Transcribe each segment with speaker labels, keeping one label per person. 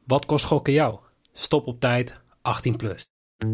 Speaker 1: Wat kost gokken jou? Stop op tijd, 18 plus.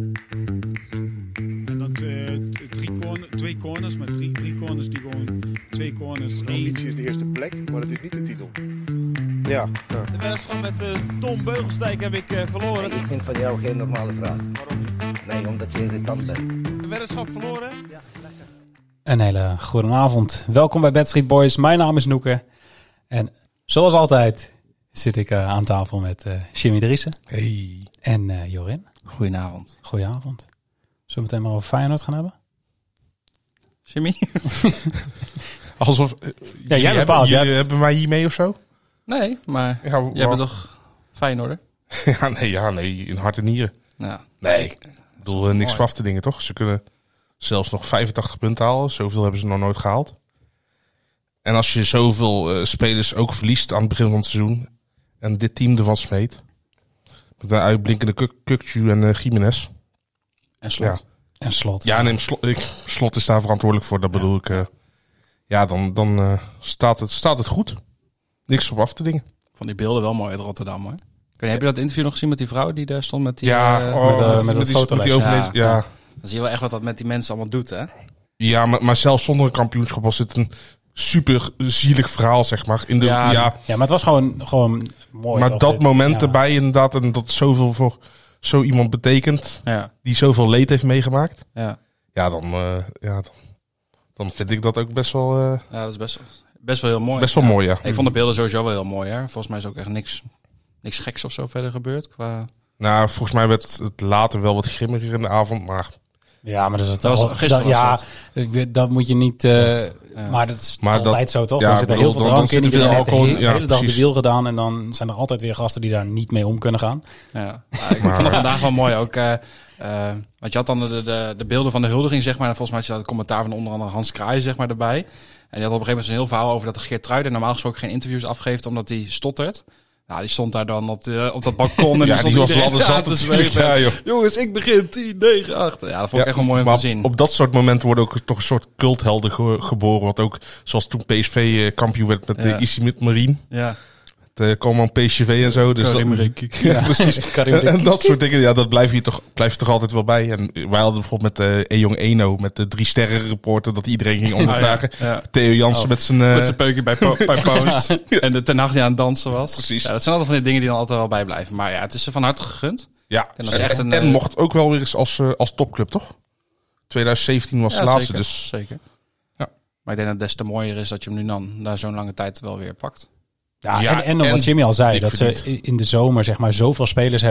Speaker 2: En dat twee corners, maar drie corners die gewoon... Twee corners,
Speaker 3: De ambitie is de eerste plek, maar dat is niet de titel. Ja.
Speaker 4: De wedstrijd met Tom Beugelsdijk heb ik verloren.
Speaker 5: Ik vind van jou geen normale vraag.
Speaker 4: Waarom niet?
Speaker 5: Nee, omdat je irritant bent.
Speaker 4: De wedstrijd verloren?
Speaker 1: Ja, lekker. Een hele goede avond. Welkom bij Bad Street Boys. Mijn naam is Noeke. En zoals altijd zit ik aan tafel met Jimmy Driessen.
Speaker 6: Hey.
Speaker 1: En Jorin.
Speaker 4: Goedenavond.
Speaker 1: Goedenavond. Zullen we meteen maar over Feyenoord gaan hebben?
Speaker 4: Jimmy?
Speaker 6: Alsof...
Speaker 1: jij bepaalt.
Speaker 6: Jullie hebben mij hier mee of zo?
Speaker 4: Nee, maar
Speaker 6: Ja,
Speaker 4: jij bent toch Feyenoorder?
Speaker 6: nee, in hart en nieren.
Speaker 4: Ja.
Speaker 6: Nee, ik bedoel niks af te dingen, toch? Ze kunnen zelfs nog 85 punten halen. Zoveel hebben ze nog nooit gehaald. En als je zoveel spelers ook verliest aan het begin van het seizoen... en dit team ervan smeet... met een uitblinkende Kukçu en Gimenez...
Speaker 4: En Slot.
Speaker 6: Ja.
Speaker 1: En Slot.
Speaker 6: Ja, nee, Slot is daar verantwoordelijk voor. Dat bedoel ik. Dan staat het goed. Niks op af te dingen.
Speaker 4: Van die beelden wel mooi uit Rotterdam, hoor. Heb je dat interview nog gezien met die vrouw die daar stond met die...
Speaker 1: met dat fotolijst.
Speaker 6: die overleden. Ja.
Speaker 4: Dan zie je wel echt wat dat met die mensen allemaal doet, hè?
Speaker 6: Ja, maar zelfs zonder een kampioenschap was het een super zielig verhaal, zeg maar.
Speaker 1: Ja, maar het was gewoon mooi.
Speaker 6: Maar
Speaker 1: toch?
Speaker 6: dat moment erbij inderdaad, en dat zoveel voor zo iemand betekent, die zoveel leed heeft meegemaakt. Dan vind ik dat ook best wel...
Speaker 4: Ja, dat is best wel heel mooi.
Speaker 6: Best wel mooi, ja.
Speaker 4: Ik vond de beelden sowieso wel heel mooi, hè? Volgens mij is ook echt niks geks of zo verder gebeurd.
Speaker 6: Nou, volgens mij werd het later wel wat grimmiger in de avond, maar...
Speaker 1: Ja, maar dat
Speaker 4: was gisteren.
Speaker 1: Dat moet je niet... Maar dat is altijd zo, toch?
Speaker 6: Ja,
Speaker 1: er zit er heel veel drank in.
Speaker 6: Veel alcohol.
Speaker 1: De hele dag de wiel gedaan. En dan zijn er altijd weer gasten die daar niet mee om kunnen gaan.
Speaker 4: Ja, ik vond het vandaag wel mooi ook. Want je had dan de beelden van de huldiging, zeg maar. En volgens mij had je dat commentaar van onder andere Hans Kraai, zeg maar, erbij. En die had op een gegeven moment zo'n heel verhaal over dat Geertruiden normaal gesproken geen interviews afgeeft omdat hij stottert. Nou, die stond daar dan op dat balkon en
Speaker 6: die was wel altijd
Speaker 4: te zweven. Ja, joh. Jongens, ik begin 10, 9, 8. Ja, dat vond ik echt wel mooi om te zien.
Speaker 6: Op dat soort momenten worden ook toch een soort culthelden geboren. Wat ook, zoals toen PSV kampioen werd met Issimit Marien.
Speaker 4: Ja.
Speaker 6: De Coman PSV en zo. Dus precies. En dat soort dingen, dat blijf je toch altijd wel bij. En wij hadden bijvoorbeeld met Ejong Eno, met de 3-sterren reporter, dat iedereen ging ondervragen. Theo Jansen met zijn
Speaker 4: peukje bij Post. En de Ten Hag die aan het dansen was.
Speaker 6: Precies.
Speaker 4: Ja, dat zijn altijd van die dingen die dan altijd wel bijblijven. Maar ja, het is er van harte gegund.
Speaker 6: Ja,
Speaker 4: en, dat is echt
Speaker 6: en mocht ook wel weer eens als topclub, toch? 2017 was de laatste,
Speaker 4: zeker,
Speaker 6: dus...
Speaker 4: Zeker.
Speaker 6: Ja.
Speaker 4: Maar ik denk dat het des te mooier is dat je hem nu dan na zo'n lange tijd wel weer pakt.
Speaker 1: Ja, en wat Jimmy al zei, dat ze in de zomer zeg maar zoveel spelers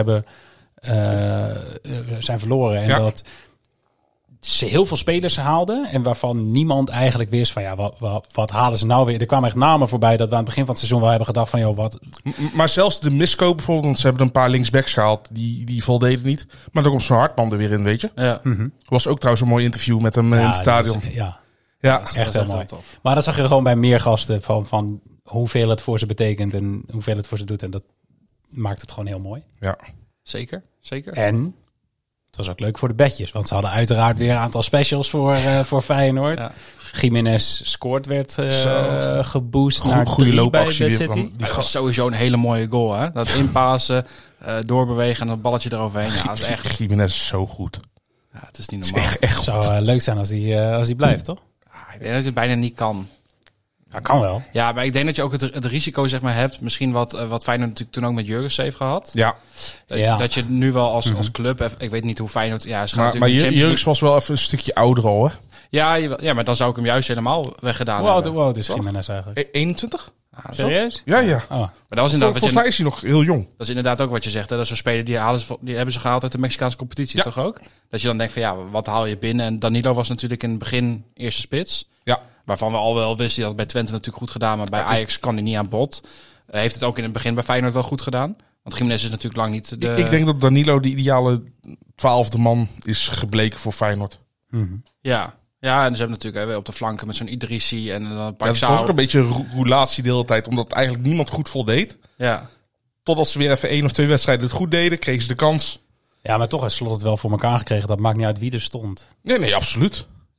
Speaker 1: zijn verloren. En dat ze heel veel spelers haalden en waarvan niemand eigenlijk wist van wat halen ze nou weer. Er kwamen echt namen voorbij dat we aan het begin van het seizoen wel hebben gedacht van wat.
Speaker 6: Maar zelfs de miskoop bijvoorbeeld, want ze hebben een paar linksbacks gehaald, die voldeden niet. Maar dan komt zo'n Hartman er weer in, weet je.
Speaker 4: Ja.
Speaker 6: Was ook trouwens een mooi interview met hem in het stadion.
Speaker 1: Ja, echt heel mooi. Tof. Maar dat zag je gewoon bij meer gasten van hoeveel het voor ze betekent en hoeveel het voor ze doet. En dat maakt het gewoon heel mooi.
Speaker 6: Ja,
Speaker 4: zeker.
Speaker 1: En het was ook leuk voor de bedjes. Want ze hadden uiteraard weer een aantal specials voor Feyenoord. Ja. Jiménez scoort, werd geboost naar
Speaker 6: goede loopactie
Speaker 1: bij City.
Speaker 4: Dat was sowieso een hele mooie goal, hè? Dat inpassen, doorbewegen en dat balletje eroverheen. Ja, dat is echt...
Speaker 6: Jiménez is zo goed.
Speaker 4: Ja, het is niet normaal.
Speaker 6: Het is echt
Speaker 1: goed. Het zou leuk zijn als hij blijft, toch?
Speaker 4: Ik denk dat het bijna niet kan.
Speaker 1: Ja, kan wel.
Speaker 4: Ja, maar ik denk dat je ook het risico zeg maar hebt. Misschien wat Feyenoord natuurlijk toen ook met Jurgensen heeft gehad.
Speaker 6: Ja.
Speaker 4: Dat je nu wel als club... Ik weet niet hoe Feyenoord... Ja,
Speaker 6: maar Jurgensen was wel even een stukje ouder al, hè?
Speaker 4: Ja, maar dan zou ik hem juist helemaal weggedaan hebben.
Speaker 1: Hoe oud is Jiménez eigenlijk?
Speaker 6: 21?
Speaker 1: Serieus?
Speaker 6: Ja.
Speaker 1: Oh.
Speaker 4: Maar dat was inderdaad
Speaker 6: volgens mij is hij nog heel jong.
Speaker 4: Dat is inderdaad ook wat je zegt. Hè? Dat is zo'n speler die hebben ze gehaald uit de Mexicaanse competitie, toch ook? Dat je dan denkt van wat haal je binnen? En Danilo was natuurlijk in het begin eerste spits.
Speaker 6: Ja.
Speaker 4: Waarvan we al wel wisten, dat bij Twente natuurlijk goed gedaan. Maar bij Ajax kan hij niet aan bod. Heeft het ook in het begin bij Feyenoord wel goed gedaan. Want Gimenez is natuurlijk lang niet de...
Speaker 6: Ik denk dat Danilo de ideale 12e man is gebleken voor Feyenoord.
Speaker 4: Mm-hmm. Ja, en ze hebben natuurlijk op de flanken met zo'n Idrissi en dan
Speaker 6: het was ook een beetje een roulatie de hele tijd, omdat eigenlijk niemand goed voldeed.
Speaker 4: Ja.
Speaker 6: Totdat ze weer even 1 of 2 wedstrijden het goed deden, kregen ze de kans.
Speaker 1: Ja, maar toch heeft Slot het wel voor elkaar gekregen. Dat maakt niet uit wie er stond.
Speaker 6: Nee, absoluut.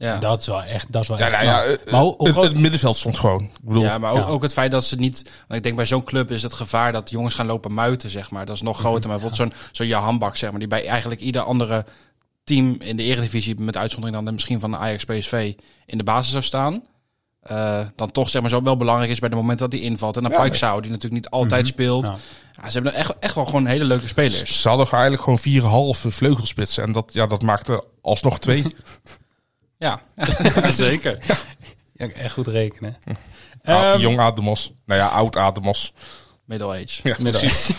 Speaker 4: Ja.
Speaker 1: Dat is wel echt
Speaker 6: Ja,
Speaker 1: knap.
Speaker 6: nou ja,
Speaker 1: Maar hoe groot-
Speaker 6: het middenveld stond gewoon. Ik bedoel,
Speaker 4: Ja, maar ook het feit dat ze niet... Want ik denk bij zo'n club is het gevaar dat jongens gaan lopen muiten, zeg maar. Dat is nog groter. Maar bijvoorbeeld zo'n Johan Bak, zeg maar, die bij eigenlijk ieder andere team in de Eredivisie, met uitzondering dan misschien van de Ajax PSV, in de basis zou staan. Dan toch, zeg maar, zo wel belangrijk is bij de momenten dat hij invalt. En dan Paixão, die natuurlijk niet altijd speelt.
Speaker 1: Ja.
Speaker 4: Ja, ze hebben echt wel gewoon hele leuke spelers.
Speaker 6: ze hadden eigenlijk gewoon 4,5 vleugelspitsen. En dat maakte alsnog 2.
Speaker 4: Ja, zeker.
Speaker 1: Ja, echt goed rekenen.
Speaker 6: Jong Ademos. Nou ja, oud Ademos.
Speaker 4: Middle age.
Speaker 6: Ja, precies.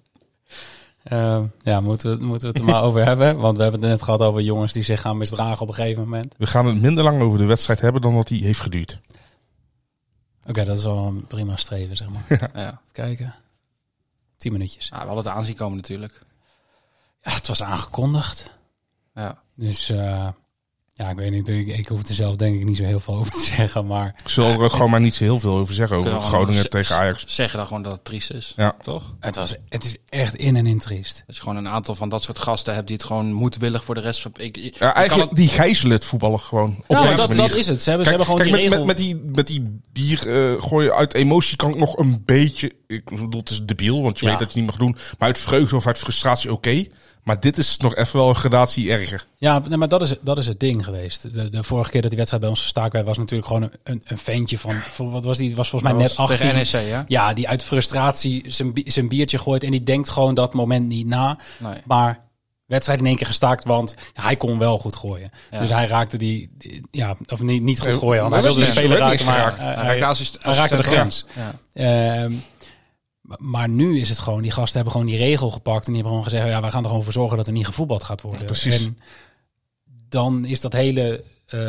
Speaker 1: Moeten we het er maar over hebben? Want we hebben het net gehad over jongens die zich gaan misdragen op een gegeven moment.
Speaker 6: We gaan het minder lang over de wedstrijd hebben dan dat die heeft geduurd.
Speaker 1: Oké, dat is wel een prima streven, zeg maar.
Speaker 4: Ja.
Speaker 1: Even kijken. 10 minuutjes.
Speaker 4: Ja, we hadden het aanzien komen natuurlijk.
Speaker 1: Ja, het was aangekondigd.
Speaker 4: Ja.
Speaker 1: Dus ik weet niet. Ik hoef er zelf denk ik niet zo heel veel over te zeggen. Maar
Speaker 6: Ik zal er ook gewoon maar niet zo heel veel over zeggen over
Speaker 4: Kunnen we
Speaker 6: Groningen
Speaker 4: allemaal
Speaker 6: tegen Ajax.
Speaker 4: Zeggen dan gewoon dat het triest is.
Speaker 6: Ja.
Speaker 4: Toch?
Speaker 1: het is echt in en in triest.
Speaker 4: Dat je gewoon een aantal van dat soort gasten hebt die het gewoon moedwillig voor de rest van...
Speaker 6: Ja, eigenlijk die gijzelen het voetballen gewoon op
Speaker 1: Nou,
Speaker 6: deze manier.
Speaker 1: dat is het. Ze hebben gewoon die regel.
Speaker 6: met die bier gooien uit emotie kan ik nog een beetje... Ik bedoel, het is debiel, want je
Speaker 1: Ja.
Speaker 6: weet dat je het niet mag doen. Maar uit vreugde of uit frustratie oké. Maar dit is nog even wel een gradatie erger.
Speaker 1: Ja, nee, maar dat is het ding geweest. De vorige keer dat die wedstrijd bij ons gestaakt werd, was natuurlijk gewoon een ventje van wat was die? Was volgens mij net 18.
Speaker 4: Tegen NEC, hè?
Speaker 1: Ja, die uit frustratie zijn biertje gooit en die denkt gewoon dat moment niet na.
Speaker 4: Nee.
Speaker 1: Maar wedstrijd in één keer gestaakt, want hij kon wel goed gooien.
Speaker 4: Ja.
Speaker 1: Dus hij raakte of niet goed gooien. Want hij
Speaker 6: dat
Speaker 1: wilde de
Speaker 6: is
Speaker 1: speler
Speaker 6: niet
Speaker 1: raken, maar
Speaker 6: geraakt.
Speaker 1: hij raakte de grens.
Speaker 4: Ja.
Speaker 1: Maar nu is het gewoon, die gasten hebben gewoon die regel gepakt en die hebben gewoon gezegd, ja, wij gaan er gewoon voor zorgen dat er niet gevoetbald gaat worden.
Speaker 6: Precies.
Speaker 1: En dan is dat hele,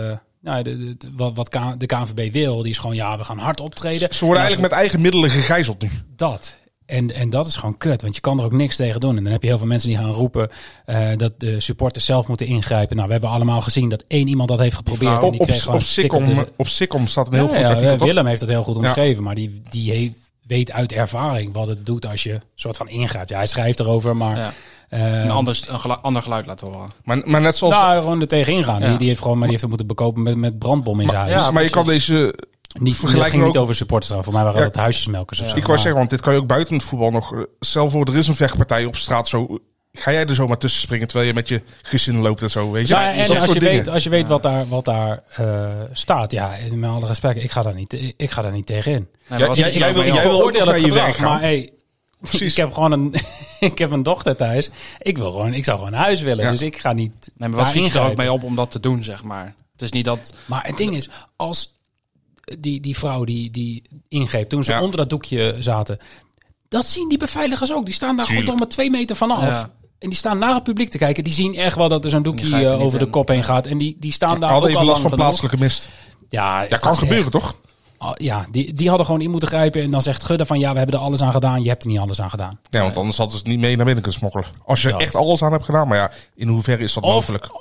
Speaker 1: wat de KNVB wil, die is gewoon, ja, we gaan hard optreden.
Speaker 6: Ze worden eigenlijk met eigen middelen gegijzeld nu.
Speaker 1: Dat. En dat is gewoon kut, want je kan er ook niks tegen doen. En dan heb je heel veel mensen die gaan roepen dat de supporters zelf moeten ingrijpen. Nou, we hebben allemaal gezien dat 1 iemand dat heeft geprobeerd. En die kreeg gewoon
Speaker 6: Op Sikkom staat een heel goed artikel, toch?
Speaker 1: Willem heeft het heel goed omschreven, maar die weet uit ervaring wat het doet als je soort van ingrijpt. Ja, hij schrijft erover, maar...
Speaker 4: Ja.
Speaker 1: een
Speaker 4: ander geluid laten horen.
Speaker 6: Maar net zoals...
Speaker 1: Nou, gewoon er tegen ingaan.
Speaker 4: Ja.
Speaker 1: Die heeft het moeten bekopen met brandbom in zijn huis.
Speaker 4: ja,
Speaker 6: maar je kan deze...
Speaker 1: Het
Speaker 6: vergelijking
Speaker 1: ging niet
Speaker 6: ook-
Speaker 1: over supporters. Voor mij waren het huisjesmelkers of zo.
Speaker 6: Ik wou zeggen, want dit kan je ook buiten het voetbal nog... Stel voor, er is een vechtpartij op straat zo... Ga jij er zomaar tussen springen terwijl je met je gezin loopt en zo, weet je?
Speaker 1: Ja, en
Speaker 6: Dat soort dingen.
Speaker 1: als je weet wat daar staat, ja, met alle respect, ik ga daar niet tegenin.
Speaker 4: Nee,
Speaker 6: Ja,
Speaker 4: maar
Speaker 6: jij wil ook
Speaker 1: Veroordeel
Speaker 6: naar
Speaker 1: het
Speaker 6: je
Speaker 1: gedrag,
Speaker 6: werk gaan.
Speaker 1: maar hey,
Speaker 6: Precies.
Speaker 1: ik heb gewoon ik heb een dochter thuis. Ik zou gewoon naar huis willen,
Speaker 6: Ja.
Speaker 1: dus ik ga niet.
Speaker 4: Nee, maar wat schiet je er ook
Speaker 1: ingrijpen.
Speaker 4: mee op om dat te doen, zeg maar? Het is niet dat...
Speaker 1: Maar het ding is, als die vrouw die ingreep toen ze
Speaker 6: Ja.
Speaker 1: onder dat doekje zaten, dat zien die beveiligers ook. Die staan daar
Speaker 6: Tuurlijk.
Speaker 1: gewoon nog maar 2 meter vanaf.
Speaker 4: Ja.
Speaker 1: En die staan naar het publiek te kijken. Die zien echt wel dat er zo'n
Speaker 4: Die
Speaker 1: doekje
Speaker 4: grijpen niet
Speaker 1: over de
Speaker 4: in.
Speaker 1: kop heen gaat. En die staan daar
Speaker 6: Hadden
Speaker 1: ook
Speaker 6: even
Speaker 1: al
Speaker 6: last
Speaker 1: lang
Speaker 6: van plaatselijke mist.
Speaker 1: Ja,
Speaker 6: Ja, kan gebeuren, toch?
Speaker 1: Ja, die hadden gewoon in moeten grijpen. En dan zegt Gudde van, ja, we hebben er alles aan gedaan. Je hebt er niet alles aan gedaan.
Speaker 6: Ja, want anders hadden ze het niet mee naar binnen kunnen smokkelen. Als je
Speaker 1: Dat.
Speaker 6: echt alles aan hebt gedaan. Maar ja, in hoeverre is dat
Speaker 1: Of-
Speaker 6: mogelijk?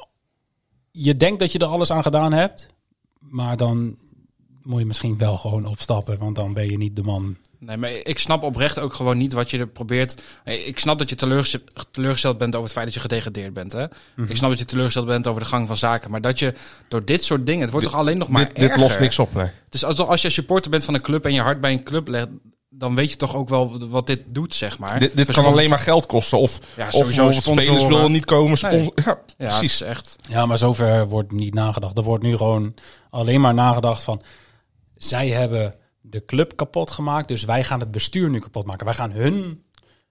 Speaker 1: Je denkt dat je er alles aan gedaan hebt. Maar dan moet je misschien wel gewoon opstappen. Want dan ben je niet de man.
Speaker 4: Nee, maar ik snap oprecht ook gewoon niet wat je er probeert. Ik snap dat je teleurgesteld bent over het feit dat je gedegradeerd bent. Hè? Ik snap dat je teleurgesteld bent over de gang van zaken. Maar dat je door dit soort dingen... Het wordt toch alleen nog maar
Speaker 6: Dit
Speaker 4: erger.
Speaker 6: lost niks op, nee.
Speaker 4: Dus als je supporter bent van een club en je hart bij een club legt... dan weet je toch ook wel wat dit doet, zeg maar.
Speaker 6: Dit kan alleen maar geld kosten. Of
Speaker 4: sowieso
Speaker 6: bijvoorbeeld
Speaker 4: sponsoren.
Speaker 6: spelers willen niet komen.
Speaker 4: Nee.
Speaker 6: Ja,
Speaker 4: Ja,
Speaker 6: precies.
Speaker 4: het is echt...
Speaker 1: Ja, maar zover wordt niet nagedacht. Er wordt nu gewoon alleen maar nagedacht van... Zij hebben de club kapot gemaakt. Dus wij gaan het bestuur nu kapot maken. Wij gaan hun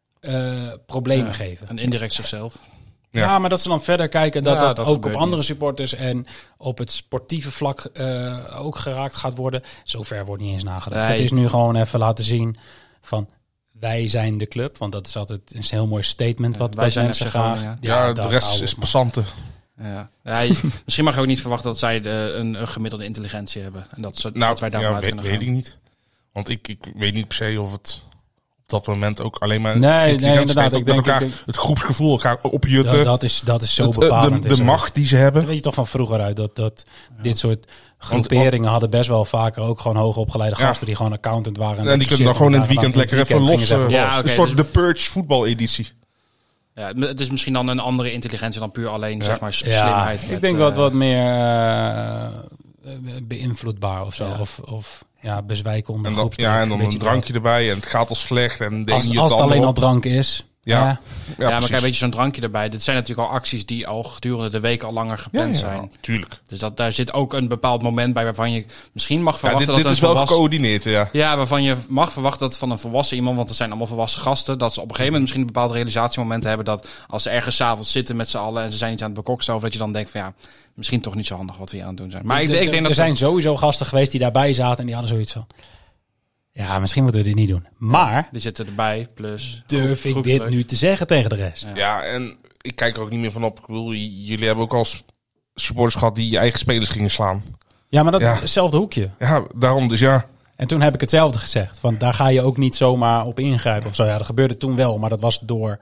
Speaker 1: problemen geven.
Speaker 4: En indirect zichzelf.
Speaker 1: Ja, maar dat ze dan verder kijken dat
Speaker 4: Ja,
Speaker 1: dat
Speaker 4: dat
Speaker 1: ook
Speaker 4: gebeurt
Speaker 1: op andere
Speaker 4: niet.
Speaker 1: supporters en op het sportieve vlak ook geraakt gaat worden. Zover wordt niet eens nagedacht.
Speaker 4: Nee.
Speaker 1: Het is nu gewoon even laten zien van wij zijn de club. Want dat is altijd een heel mooi statement wat
Speaker 4: wij zijn
Speaker 1: mensen
Speaker 4: FC
Speaker 1: graag...
Speaker 4: Groningen.
Speaker 6: Ja, de
Speaker 1: dat
Speaker 6: rest
Speaker 1: hou
Speaker 6: is
Speaker 1: op, man.
Speaker 6: passanten.
Speaker 4: Ja. Misschien mag je ook niet verwachten dat zij een gemiddelde intelligentie hebben. En dat wij daarvan uit kunnen
Speaker 6: weet
Speaker 4: gaan.
Speaker 6: ik niet. Want ik weet niet per se of het op dat moment ook alleen maar...
Speaker 1: Nee,
Speaker 6: intelligentie
Speaker 1: inderdaad,
Speaker 6: heeft.
Speaker 1: ik
Speaker 6: Met
Speaker 1: denk-
Speaker 6: elkaar,
Speaker 1: ik denk-
Speaker 6: het groepsgevoel, elkaar opjutten.
Speaker 1: Dat is zo
Speaker 6: Het,
Speaker 1: bepalend.
Speaker 6: de
Speaker 1: is het.
Speaker 6: macht die ze hebben.
Speaker 1: Dat weet je toch van vroeger uit. Dat dit soort groeperingen hadden best wel vaker ook gewoon hoogopgeleide
Speaker 6: Ja.
Speaker 1: gasten die gewoon accountant waren.
Speaker 6: En die kunnen dan gewoon in het weekend lekker even los.
Speaker 4: Ja,
Speaker 6: Een
Speaker 4: oké,
Speaker 6: soort
Speaker 4: dus-
Speaker 6: The Purge voetbaleditie.
Speaker 4: Ja, het is misschien dan een andere intelligentie dan puur alleen zeg maar slimheid.
Speaker 1: Ik
Speaker 4: met,
Speaker 1: denk wat meer beïnvloedbaar of zo.
Speaker 4: Ja.
Speaker 1: Of bezwijken onder
Speaker 6: En dan,
Speaker 1: groepsdruk.
Speaker 6: en dan
Speaker 1: weet je
Speaker 6: een drankje erbij en het gaat al slecht. En de
Speaker 1: wel.
Speaker 6: een je
Speaker 1: Als het alleen al
Speaker 6: op.
Speaker 1: drank is.
Speaker 6: Ja.
Speaker 1: Ja.
Speaker 6: Ja,
Speaker 4: maar
Speaker 6: precies.
Speaker 4: kijk, weet je, zo'n drankje erbij. Dit zijn natuurlijk al acties die al gedurende de week al langer gepland zijn.
Speaker 6: Tuurlijk.
Speaker 4: Dus daar zit ook een bepaald moment bij waarvan je misschien mag
Speaker 6: Ja,
Speaker 4: verwachten
Speaker 6: dit
Speaker 4: dat
Speaker 6: is
Speaker 4: een
Speaker 6: wel
Speaker 4: volwassen...
Speaker 6: gecoördineerd, ja.
Speaker 4: Ja, waarvan je mag verwachten dat van een volwassen iemand, want het zijn allemaal volwassen gasten, dat ze op een gegeven moment misschien een bepaald realisatiemoment hebben dat als ze ergens 's avonds zitten met z'n allen en ze zijn iets aan het bekokstoven, dat je dan denkt van ja, misschien toch niet zo handig wat we hier aan het doen zijn. Maar ik denk dat
Speaker 1: er zijn sowieso gasten geweest die daarbij zaten en die hadden zoiets van... Ja, misschien moeten we dit niet doen. Maar
Speaker 4: die zitten erbij, plus...
Speaker 1: durf ik
Speaker 4: groepsdruk.
Speaker 1: dit nu te zeggen tegen de rest?
Speaker 6: Ja, en ik kijk er ook niet meer van op. Ik bedoel, jullie hebben ook als supporters gehad die je eigen spelers gingen slaan.
Speaker 1: Ja, maar dat
Speaker 6: Ja.
Speaker 1: is hetzelfde hoekje.
Speaker 6: Ja, daarom dus ja.
Speaker 1: En toen heb ik hetzelfde gezegd. Want daar ga je ook niet zomaar op ingrijpen of zo. Ja, dat gebeurde toen wel, maar dat was door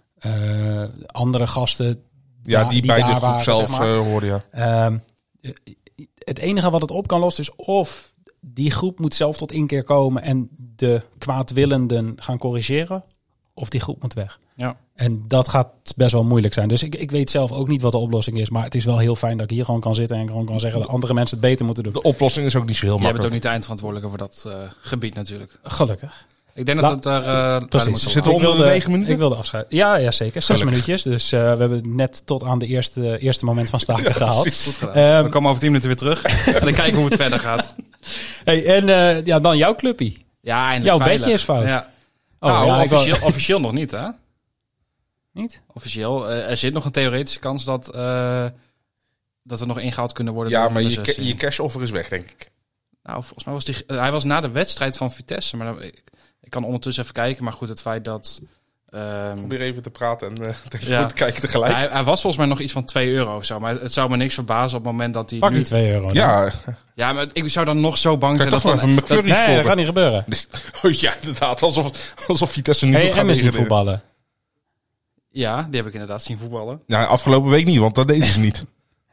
Speaker 1: andere gasten.
Speaker 6: Ja, die bij de
Speaker 1: daar
Speaker 6: groep
Speaker 1: waren,
Speaker 6: zelf
Speaker 1: zeg maar.
Speaker 6: hoorden, ja.
Speaker 1: Het enige wat het op kan lossen is of die groep moet zelf tot inkeer komen en de kwaadwillenden gaan corrigeren. Of die groep moet weg.
Speaker 4: Ja.
Speaker 1: En dat gaat best wel moeilijk zijn. Dus ik weet zelf ook niet wat de oplossing is. Maar het is wel heel fijn dat ik hier gewoon kan zitten en gewoon kan zeggen dat andere mensen het beter moeten doen.
Speaker 6: De oplossing is ook niet zo heel
Speaker 4: Jij bent ook
Speaker 6: makkelijk.
Speaker 4: niet de eindverantwoordelijke voor dat gebied natuurlijk.
Speaker 1: Gelukkig.
Speaker 4: Ik denk dat het daar...
Speaker 1: Precies.
Speaker 6: Zitten we onder de 9 minuten?
Speaker 1: Ik wilde afscheiden. Ja, zeker. 6 minuutjes. Dus we hebben het net tot aan de eerste moment van staken gehaald.
Speaker 6: precies.
Speaker 4: Goed gedaan. We komen over 10 minuten weer terug. En dan kijken hoe het verder gaat.
Speaker 1: Hey, en dan jouw clubpie.
Speaker 4: Ja, eindelijk
Speaker 1: Jouw
Speaker 4: veilig.
Speaker 1: bedje is fout.
Speaker 4: Ja.
Speaker 1: Oh,
Speaker 4: Nou,
Speaker 1: ja,
Speaker 4: officieel nog niet, hè?
Speaker 1: Niet?
Speaker 4: Officieel. Er zit nog een theoretische kans dat we nog ingehaald kunnen worden.
Speaker 6: Ja,
Speaker 4: door
Speaker 6: maar
Speaker 4: nummer 16.
Speaker 6: je cash-offer is weg, denk ik.
Speaker 4: Nou, volgens mij was hij was na de wedstrijd van Vitesse. Maar ik kan ondertussen even kijken. Maar goed, het feit dat...
Speaker 6: Probeer even te praten en tegen
Speaker 4: Ja.
Speaker 6: te kijken tegelijk.
Speaker 4: hij was volgens mij nog iets van €2 of zo. Maar het zou me niks verbazen op het moment dat hij
Speaker 1: Pak
Speaker 4: nu...
Speaker 1: die €2. dan.
Speaker 6: Ja,
Speaker 4: Ja, maar ik zou dan nog zo bang
Speaker 6: kan je
Speaker 4: zijn
Speaker 6: toch
Speaker 4: dat
Speaker 6: wel
Speaker 4: dan...
Speaker 6: even McFlurry
Speaker 1: Nee, dat
Speaker 6: scoren?
Speaker 1: gaat niet gebeuren.
Speaker 6: Oh ja, inderdaad. Alsof Vitesse nu
Speaker 1: Hey,
Speaker 6: gaat
Speaker 1: en misschien
Speaker 6: degraderen.
Speaker 1: voetballen.
Speaker 4: Ja, die heb ik inderdaad zien voetballen.
Speaker 6: Ja, afgelopen week niet, want dat deden ze niet.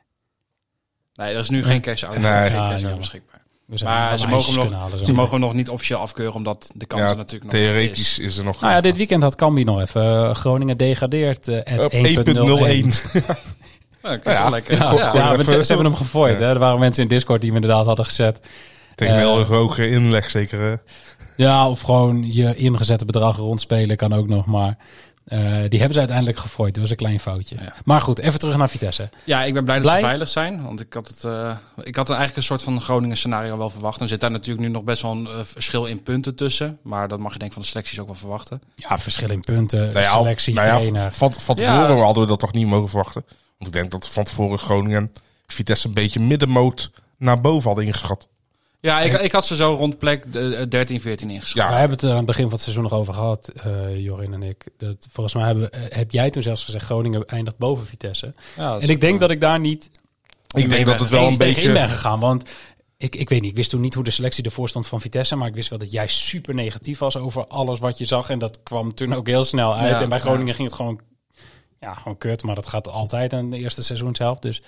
Speaker 4: Nee, er is nu geen cash-out.
Speaker 6: Nee.
Speaker 4: Geen
Speaker 1: Ja,
Speaker 4: cash-out
Speaker 1: jammer.
Speaker 4: beschikbaar.
Speaker 1: Maar
Speaker 4: ze mogen hem nog niet officieel afkeuren, omdat de kans
Speaker 6: Ja,
Speaker 4: er natuurlijk nog
Speaker 6: theoretisch
Speaker 4: is.
Speaker 6: is er nog...
Speaker 1: Nou ja, dit weekend had Cambuur nog even. Groningen degradeert
Speaker 6: op
Speaker 1: 1.01.
Speaker 6: 1.01.
Speaker 4: Ja, dat is wel lekker.
Speaker 1: Ja,
Speaker 6: Gewoon
Speaker 1: ja, maar
Speaker 6: even-
Speaker 1: ze hebben hem gefooid.
Speaker 6: Ja.
Speaker 1: Hè? Er waren mensen in Discord die hem inderdaad hadden gezet.
Speaker 6: Tegen een heel hoge inleg zeker.
Speaker 1: Ja, of gewoon je ingezette bedrag rondspelen kan ook nog. Maar die hebben ze uiteindelijk gefooid. Dat was een klein foutje.
Speaker 4: Ja.
Speaker 1: Maar goed, even terug naar Vitesse.
Speaker 4: Ja, ik ben blij dat
Speaker 1: Blij?
Speaker 4: ze veilig zijn. Want ik had eigenlijk een soort van Groningen scenario wel verwacht. Er zit daar natuurlijk nu nog best wel een verschil in punten tussen. Maar dat mag je denk ik van de selecties ook wel verwachten.
Speaker 1: Ja, verschil in punten,
Speaker 6: Nou ja,
Speaker 1: selectie, trainer.
Speaker 6: van tevoren hadden we dat toch niet mogen verwachten. Want ik denk dat van tevoren Groningen en Vitesse een beetje middenmoot naar boven hadden ingeschat.
Speaker 4: Ja, ik had ze zo rond plek 13, 14 ingeschat.
Speaker 6: Ja.
Speaker 1: We hebben het er aan het begin van het seizoen nog over gehad, Jorin en ik. Volgens mij heb jij toen zelfs gezegd Groningen eindigt boven Vitesse.
Speaker 4: Ja, dat is
Speaker 1: En ik
Speaker 4: ook,
Speaker 1: denk dat ik daar niet
Speaker 6: Ik denk dat het wel
Speaker 1: eens
Speaker 6: een
Speaker 1: tegenin ben
Speaker 6: beetje...
Speaker 1: gegaan. Want ik weet niet, ik wist toen niet hoe de selectie ervoor stond van Vitesse. Maar ik wist wel dat jij super negatief was over alles wat je zag. En dat kwam toen ook heel snel uit.
Speaker 4: Ja,
Speaker 1: en bij Groningen ging het gewoon kut. Maar dat gaat altijd aan de eerste seizoenshelft. Dus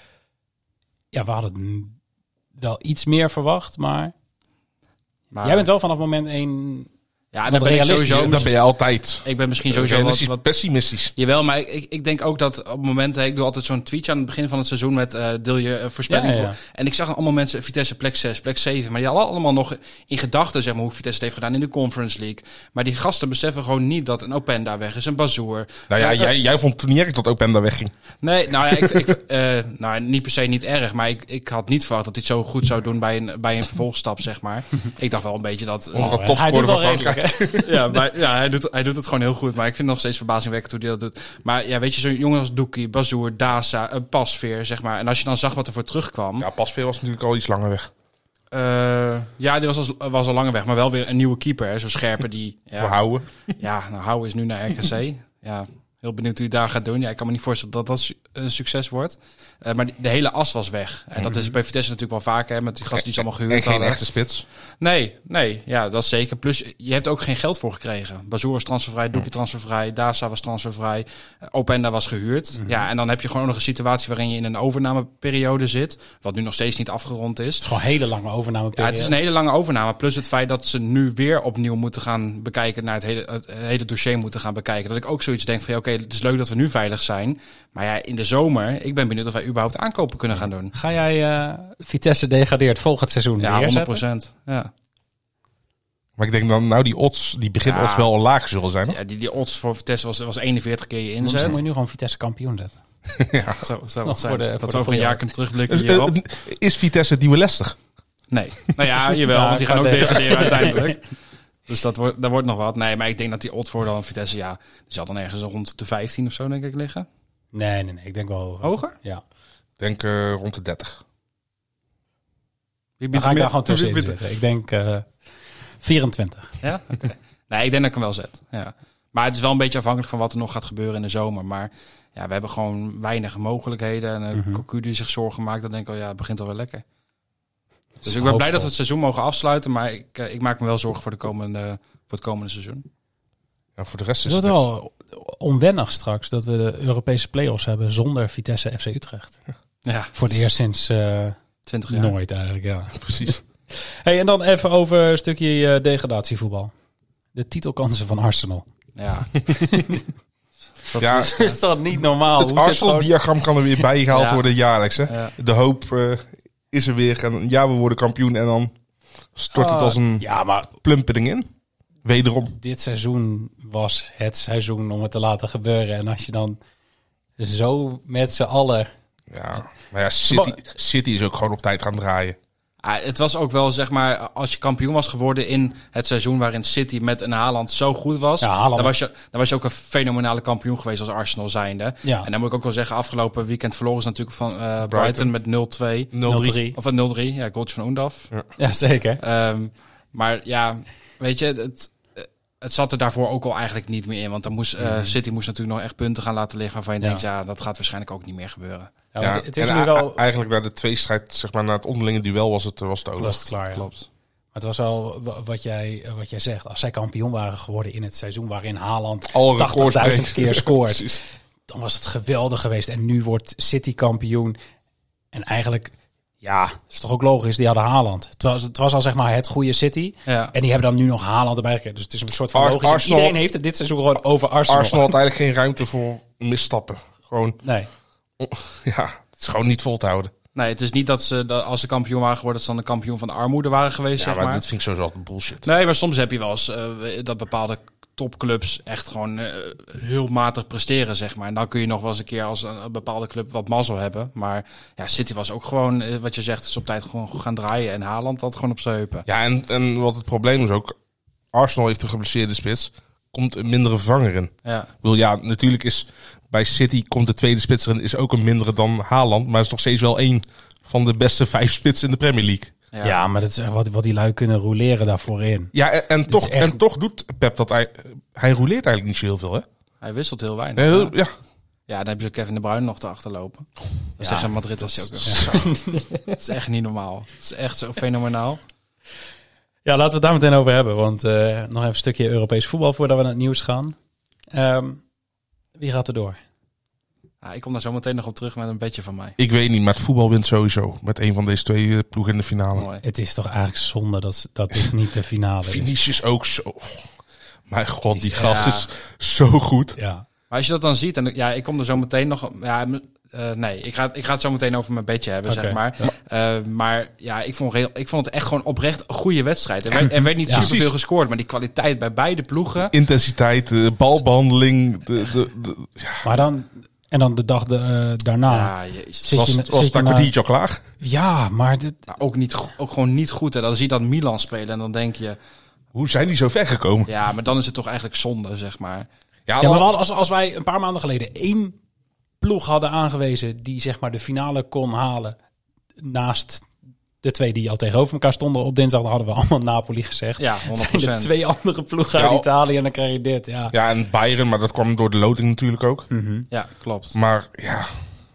Speaker 1: ja, we hadden wel iets meer verwacht. Maar
Speaker 4: maar,
Speaker 1: jij bent wel vanaf moment 1...
Speaker 4: ja,
Speaker 1: wat
Speaker 4: dat ben ik
Speaker 1: realistisch.
Speaker 4: sowieso.
Speaker 6: Dat ben je altijd.
Speaker 4: Ik ben misschien sowieso
Speaker 6: Realistisch
Speaker 4: wat
Speaker 6: pessimistisch.
Speaker 4: Jawel, maar ik denk ook dat op het moment... Ik doe altijd zo'n tweetje aan het begin van het seizoen met deel je voorspelling
Speaker 1: Ja, ja.
Speaker 4: voor. En ik zag allemaal mensen Vitesse plek 6, plek 7. Maar die hadden allemaal nog in gedachten zeg maar, hoe Vitesse het heeft gedaan in de Conference League. Maar die gasten beseffen gewoon niet dat een Openda weg is, een Bazoer.
Speaker 6: Nou ja, jij vond toen niet erg dat Openda wegging.
Speaker 4: Nee, nou ja, niet per se niet erg. Maar ik had niet verwacht dat hij het zo goed zou doen bij een vervolgstap, zeg maar. Ik dacht wel een beetje dat...
Speaker 6: Onder het
Speaker 1: hij
Speaker 6: topscorer
Speaker 1: doet
Speaker 6: van
Speaker 1: wel
Speaker 6: Frankrijk.
Speaker 1: redelijk, hè?
Speaker 4: Ja, maar ja, hij doet het gewoon heel goed. Maar ik vind het nog steeds verbazingwekkend hoe hij dat doet. Maar ja, weet je, zo'n jongen als Doekie, Bazoer, Daza, Pasveer, zeg maar. En als je dan zag wat er voor terugkwam...
Speaker 6: Ja, Pasveer was natuurlijk al iets langer weg.
Speaker 4: ja, die was al langer weg. Maar wel weer een nieuwe keeper, hè, zo'n scherpe die...
Speaker 6: We
Speaker 4: Ja,
Speaker 6: houden.
Speaker 4: ja, nou, Houwe is nu naar RKC. Ja, heel benieuwd hoe hij daar gaat doen. Ja, ik kan me niet voorstellen dat een succes wordt. Maar de hele as was weg. En dat is bij Vitesse natuurlijk wel vaker, hè, met die gasten die ze allemaal
Speaker 6: En
Speaker 4: gehuurd
Speaker 6: geen
Speaker 4: hadden.
Speaker 6: echte spits.
Speaker 4: Nee, ja, dat is zeker. Plus, je hebt ook geen geld voor gekregen. Bazoer was transfervrij, Doekie transfervrij, Daza was transfervrij, Openda was gehuurd. Ja, en dan heb je gewoon ook nog een situatie waarin je in een overnameperiode zit, wat nu nog steeds niet afgerond is.
Speaker 1: Het is gewoon een hele lange overnameperiode.
Speaker 4: Ja, het is een hele lange overname. Plus het feit dat ze nu weer opnieuw moeten gaan bekijken, naar het hele dossier moeten gaan bekijken. Dat ik ook zoiets denk van, ja, oké, het is leuk dat we nu veilig zijn. Maar ja, in de zomer, ik ben benieuwd of wij überhaupt aankopen kunnen gaan doen.
Speaker 1: Ga jij Vitesse degradeert volgend seizoen
Speaker 4: Ja,
Speaker 1: neerzetten?
Speaker 4: 100%. Ja.
Speaker 6: Maar ik denk dan die odds, die beginodds
Speaker 4: Ja.
Speaker 6: wel laag zullen zijn.
Speaker 4: Ja, die odds voor Vitesse was 41 keer je
Speaker 1: Misschien moet
Speaker 4: inzet.
Speaker 1: je nu gewoon Vitesse kampioen zetten.
Speaker 4: Zo
Speaker 1: Nog
Speaker 4: wat zijn.
Speaker 1: voor de-
Speaker 4: Dat
Speaker 1: voor
Speaker 4: we
Speaker 1: de
Speaker 4: over een jaar
Speaker 1: voorjaar.
Speaker 4: kunnen terugblikken hierop.
Speaker 6: Is Vitesse het nieuwe Leicester?
Speaker 4: Nee. Nou ja, jawel,
Speaker 1: Ja,
Speaker 4: want die gaan ook
Speaker 1: qua
Speaker 4: degraderen uiteindelijk. Dus dat wordt nog wat. Nee, maar ik denk dat die odds voor dan Vitesse, ja, die zal dan ergens rond de 15 of zo, denk ik, liggen.
Speaker 1: Nee, ik denk wel hoger.
Speaker 4: Hoger?
Speaker 1: Ja.
Speaker 6: Ik denk rond de 30.
Speaker 4: Wie
Speaker 1: Dan ga ik daar gewoon tussenin
Speaker 4: Wie-
Speaker 1: zitten. Ik denk 24.
Speaker 4: Ja? Oké. Nee, ik denk dat ik hem wel zet. Ja. Maar het is wel een beetje afhankelijk van wat er nog gaat gebeuren in de zomer. Maar ja, we hebben gewoon weinig mogelijkheden. En Cocu die zich zorgen maakt, dan denk ik al, ja, het begint alweer lekker. Dus ik ben blij dat we het seizoen mogen afsluiten. Maar ik maak me wel zorgen voor voor het komende seizoen.
Speaker 6: Ja, voor de rest
Speaker 1: Het
Speaker 6: is
Speaker 1: wordt
Speaker 6: het...
Speaker 1: wel onwennig straks dat we de Europese play-offs hebben zonder Vitesse FC Utrecht.
Speaker 4: Ja,
Speaker 1: Voor het eerst sinds
Speaker 4: 20 jaar.
Speaker 1: nooit eigenlijk, ja.
Speaker 6: Precies.
Speaker 1: Hey, en dan even over een stukje degradatievoetbal. De titelkansen van Arsenal.
Speaker 4: Ja.
Speaker 6: Ja,
Speaker 1: Is dat niet normaal?
Speaker 6: het Arsenal-diagram kan er weer bijgehaald
Speaker 4: Ja.
Speaker 6: worden jaarlijks. Hè?
Speaker 4: Ja.
Speaker 6: De hoop is er weer. En ja, we worden kampioen. En dan stort het als een
Speaker 1: Ja, maar
Speaker 6: plumpering in. Wederom.
Speaker 1: dit seizoen was het seizoen om het te laten gebeuren. En als je dan zo met z'n allen...
Speaker 6: Ja, maar ja, City is ook gewoon op tijd gaan draaien.
Speaker 4: Het was ook wel, zeg maar, als je kampioen was geworden in het seizoen waarin City met een Haaland zo goed was,
Speaker 1: Ja, Haaland.
Speaker 4: dan was je ook een fenomenale kampioen geweest als Arsenal zijnde.
Speaker 1: Ja.
Speaker 4: En dan moet ik ook wel zeggen, afgelopen weekend verloren ze natuurlijk van Brighton met 0-2.
Speaker 1: 0-3.
Speaker 4: Of 0-3, ja, goaltje van Oendaf.
Speaker 1: Ja, zeker.
Speaker 4: Maar ja, weet je, het zat er daarvoor ook al eigenlijk niet meer in. Want dan moest City moest natuurlijk nog echt punten gaan laten liggen waarvan je denkt, ja, dat gaat waarschijnlijk ook niet meer gebeuren.
Speaker 1: Ja,
Speaker 6: Ja,
Speaker 1: want het is
Speaker 6: en
Speaker 1: nu wel...
Speaker 6: eigenlijk naar de tweestrijd, zeg maar, naar het onderlinge duel was het over.
Speaker 1: Was het klaar, ja.
Speaker 4: Klopt.
Speaker 1: Maar het was wel wat jij zegt. Als zij kampioen waren geworden in het seizoen waarin Haaland
Speaker 6: Alle records
Speaker 1: 80.000
Speaker 6: breken.
Speaker 1: keer scoort,
Speaker 6: Precies.
Speaker 1: dan was het geweldig geweest. En nu wordt City kampioen. En eigenlijk, ja, is toch ook logisch, die hadden Haaland. Het was al zeg maar het goede City.
Speaker 4: Ja.
Speaker 1: En die hebben dan nu nog Haaland erbij gekregen. Dus het is een soort van logisch.
Speaker 6: Arsenal-
Speaker 1: Iedereen heeft het dit seizoen gewoon over Arsenal.
Speaker 6: Arsenal had eigenlijk geen ruimte voor misstappen. Gewoon,
Speaker 1: Nee.
Speaker 6: ja, het is gewoon niet vol te houden.
Speaker 4: Nee, het is niet dat als ze kampioen waren geworden, dat ze dan de kampioen van de armoede waren geweest,
Speaker 6: Ja,
Speaker 4: zeg
Speaker 6: maar
Speaker 4: maar.
Speaker 6: dit vind ik sowieso altijd bullshit.
Speaker 4: Nee, maar soms heb je wel eens dat bepaalde topclubs echt gewoon heel matig presteren, zeg maar. En dan kun je nog wel eens een keer als een bepaalde club wat mazzel hebben. Maar ja, City was ook gewoon, wat je zegt, is op tijd gewoon gaan draaien. En Haaland had gewoon op zijn heupen.
Speaker 6: Ja, en wat het probleem is ook, Arsenal heeft een geblesseerde spits, komt een mindere vervanger in.
Speaker 4: Ja.
Speaker 6: Ik bedoel, ja, natuurlijk is bij City komt de tweede spits erin, is ook een mindere dan Haaland, maar is nog steeds wel één van de beste 5 spitsen in de Premier League.
Speaker 1: Ja, maar dat is wat die lui kunnen roleren daarvoor in.
Speaker 6: Ja, en toch,
Speaker 1: is echt-
Speaker 6: en toch doet Pep dat hij roleert eigenlijk niet zo heel veel, hè?
Speaker 4: Hij wisselt heel weinig.
Speaker 6: Ja,
Speaker 4: Ja.
Speaker 6: ja.
Speaker 4: Ja, dan hebben ze Kevin De Bruyne nog te achterlopen. Dus
Speaker 1: Ja,
Speaker 4: tegen Madrid was hij ook. Het is echt niet normaal. Het is echt zo fenomenaal.
Speaker 1: Ja, laten we het daar meteen over hebben. Want nog even een stukje Europees voetbal voordat we naar het nieuws gaan. Wie gaat er door?
Speaker 4: Ja, ik kom daar zo meteen nog op terug met een bedje van mij.
Speaker 6: Ik weet niet, maar het voetbal wint sowieso met een van deze twee ploegen in de finale.
Speaker 4: Mooi.
Speaker 1: Het is toch eigenlijk zonde dat dit niet de finale is.
Speaker 6: Vinicius ook zo. Mijn god, die
Speaker 4: Ja.
Speaker 6: gast is zo goed.
Speaker 1: Ja.
Speaker 4: Maar als je dat dan ziet, en ja, ik kom er zo meteen nog. Ja, nee, ik ga het zo meteen over mijn bedje hebben,
Speaker 1: Oké.
Speaker 4: zeg maar. Maar ja, ik vond het echt gewoon oprecht een goede wedstrijd. Er werd niet
Speaker 1: Ja.
Speaker 4: superveel
Speaker 6: Precies.
Speaker 4: gescoord, maar die kwaliteit bij beide ploegen.
Speaker 6: Intensiteit, de balbehandeling.
Speaker 1: Maar dan... En dan de dag daarna.
Speaker 4: Ja, jezus.
Speaker 1: Zit
Speaker 6: Was
Speaker 1: je-
Speaker 6: het
Speaker 1: zit je
Speaker 6: een kwartiertje al klaar?
Speaker 1: Ja, maar dit...
Speaker 4: Maar ook gewoon niet goed. Hè. Dan zie je dat Milan spelen en dan denk je...
Speaker 6: Hoe zijn die zo ver gekomen?
Speaker 4: Ja, maar dan is het toch eigenlijk zonde, zeg maar.
Speaker 1: Ja, maar we hadden, als wij een paar maanden geleden 1 ploeg hadden aangewezen die zeg maar de finale kon halen naast de 2 die al tegenover elkaar stonden op dinsdag, dan hadden we allemaal Napoli gezegd.
Speaker 4: Ja, 100%.
Speaker 1: Zijn er 2 andere ploegen uit
Speaker 6: Ja,
Speaker 1: Italië en dan krijg je dit. Ja.
Speaker 6: Ja, en Bayern, maar dat kwam door de loting natuurlijk ook.
Speaker 4: Ja, klopt.
Speaker 6: Maar ja,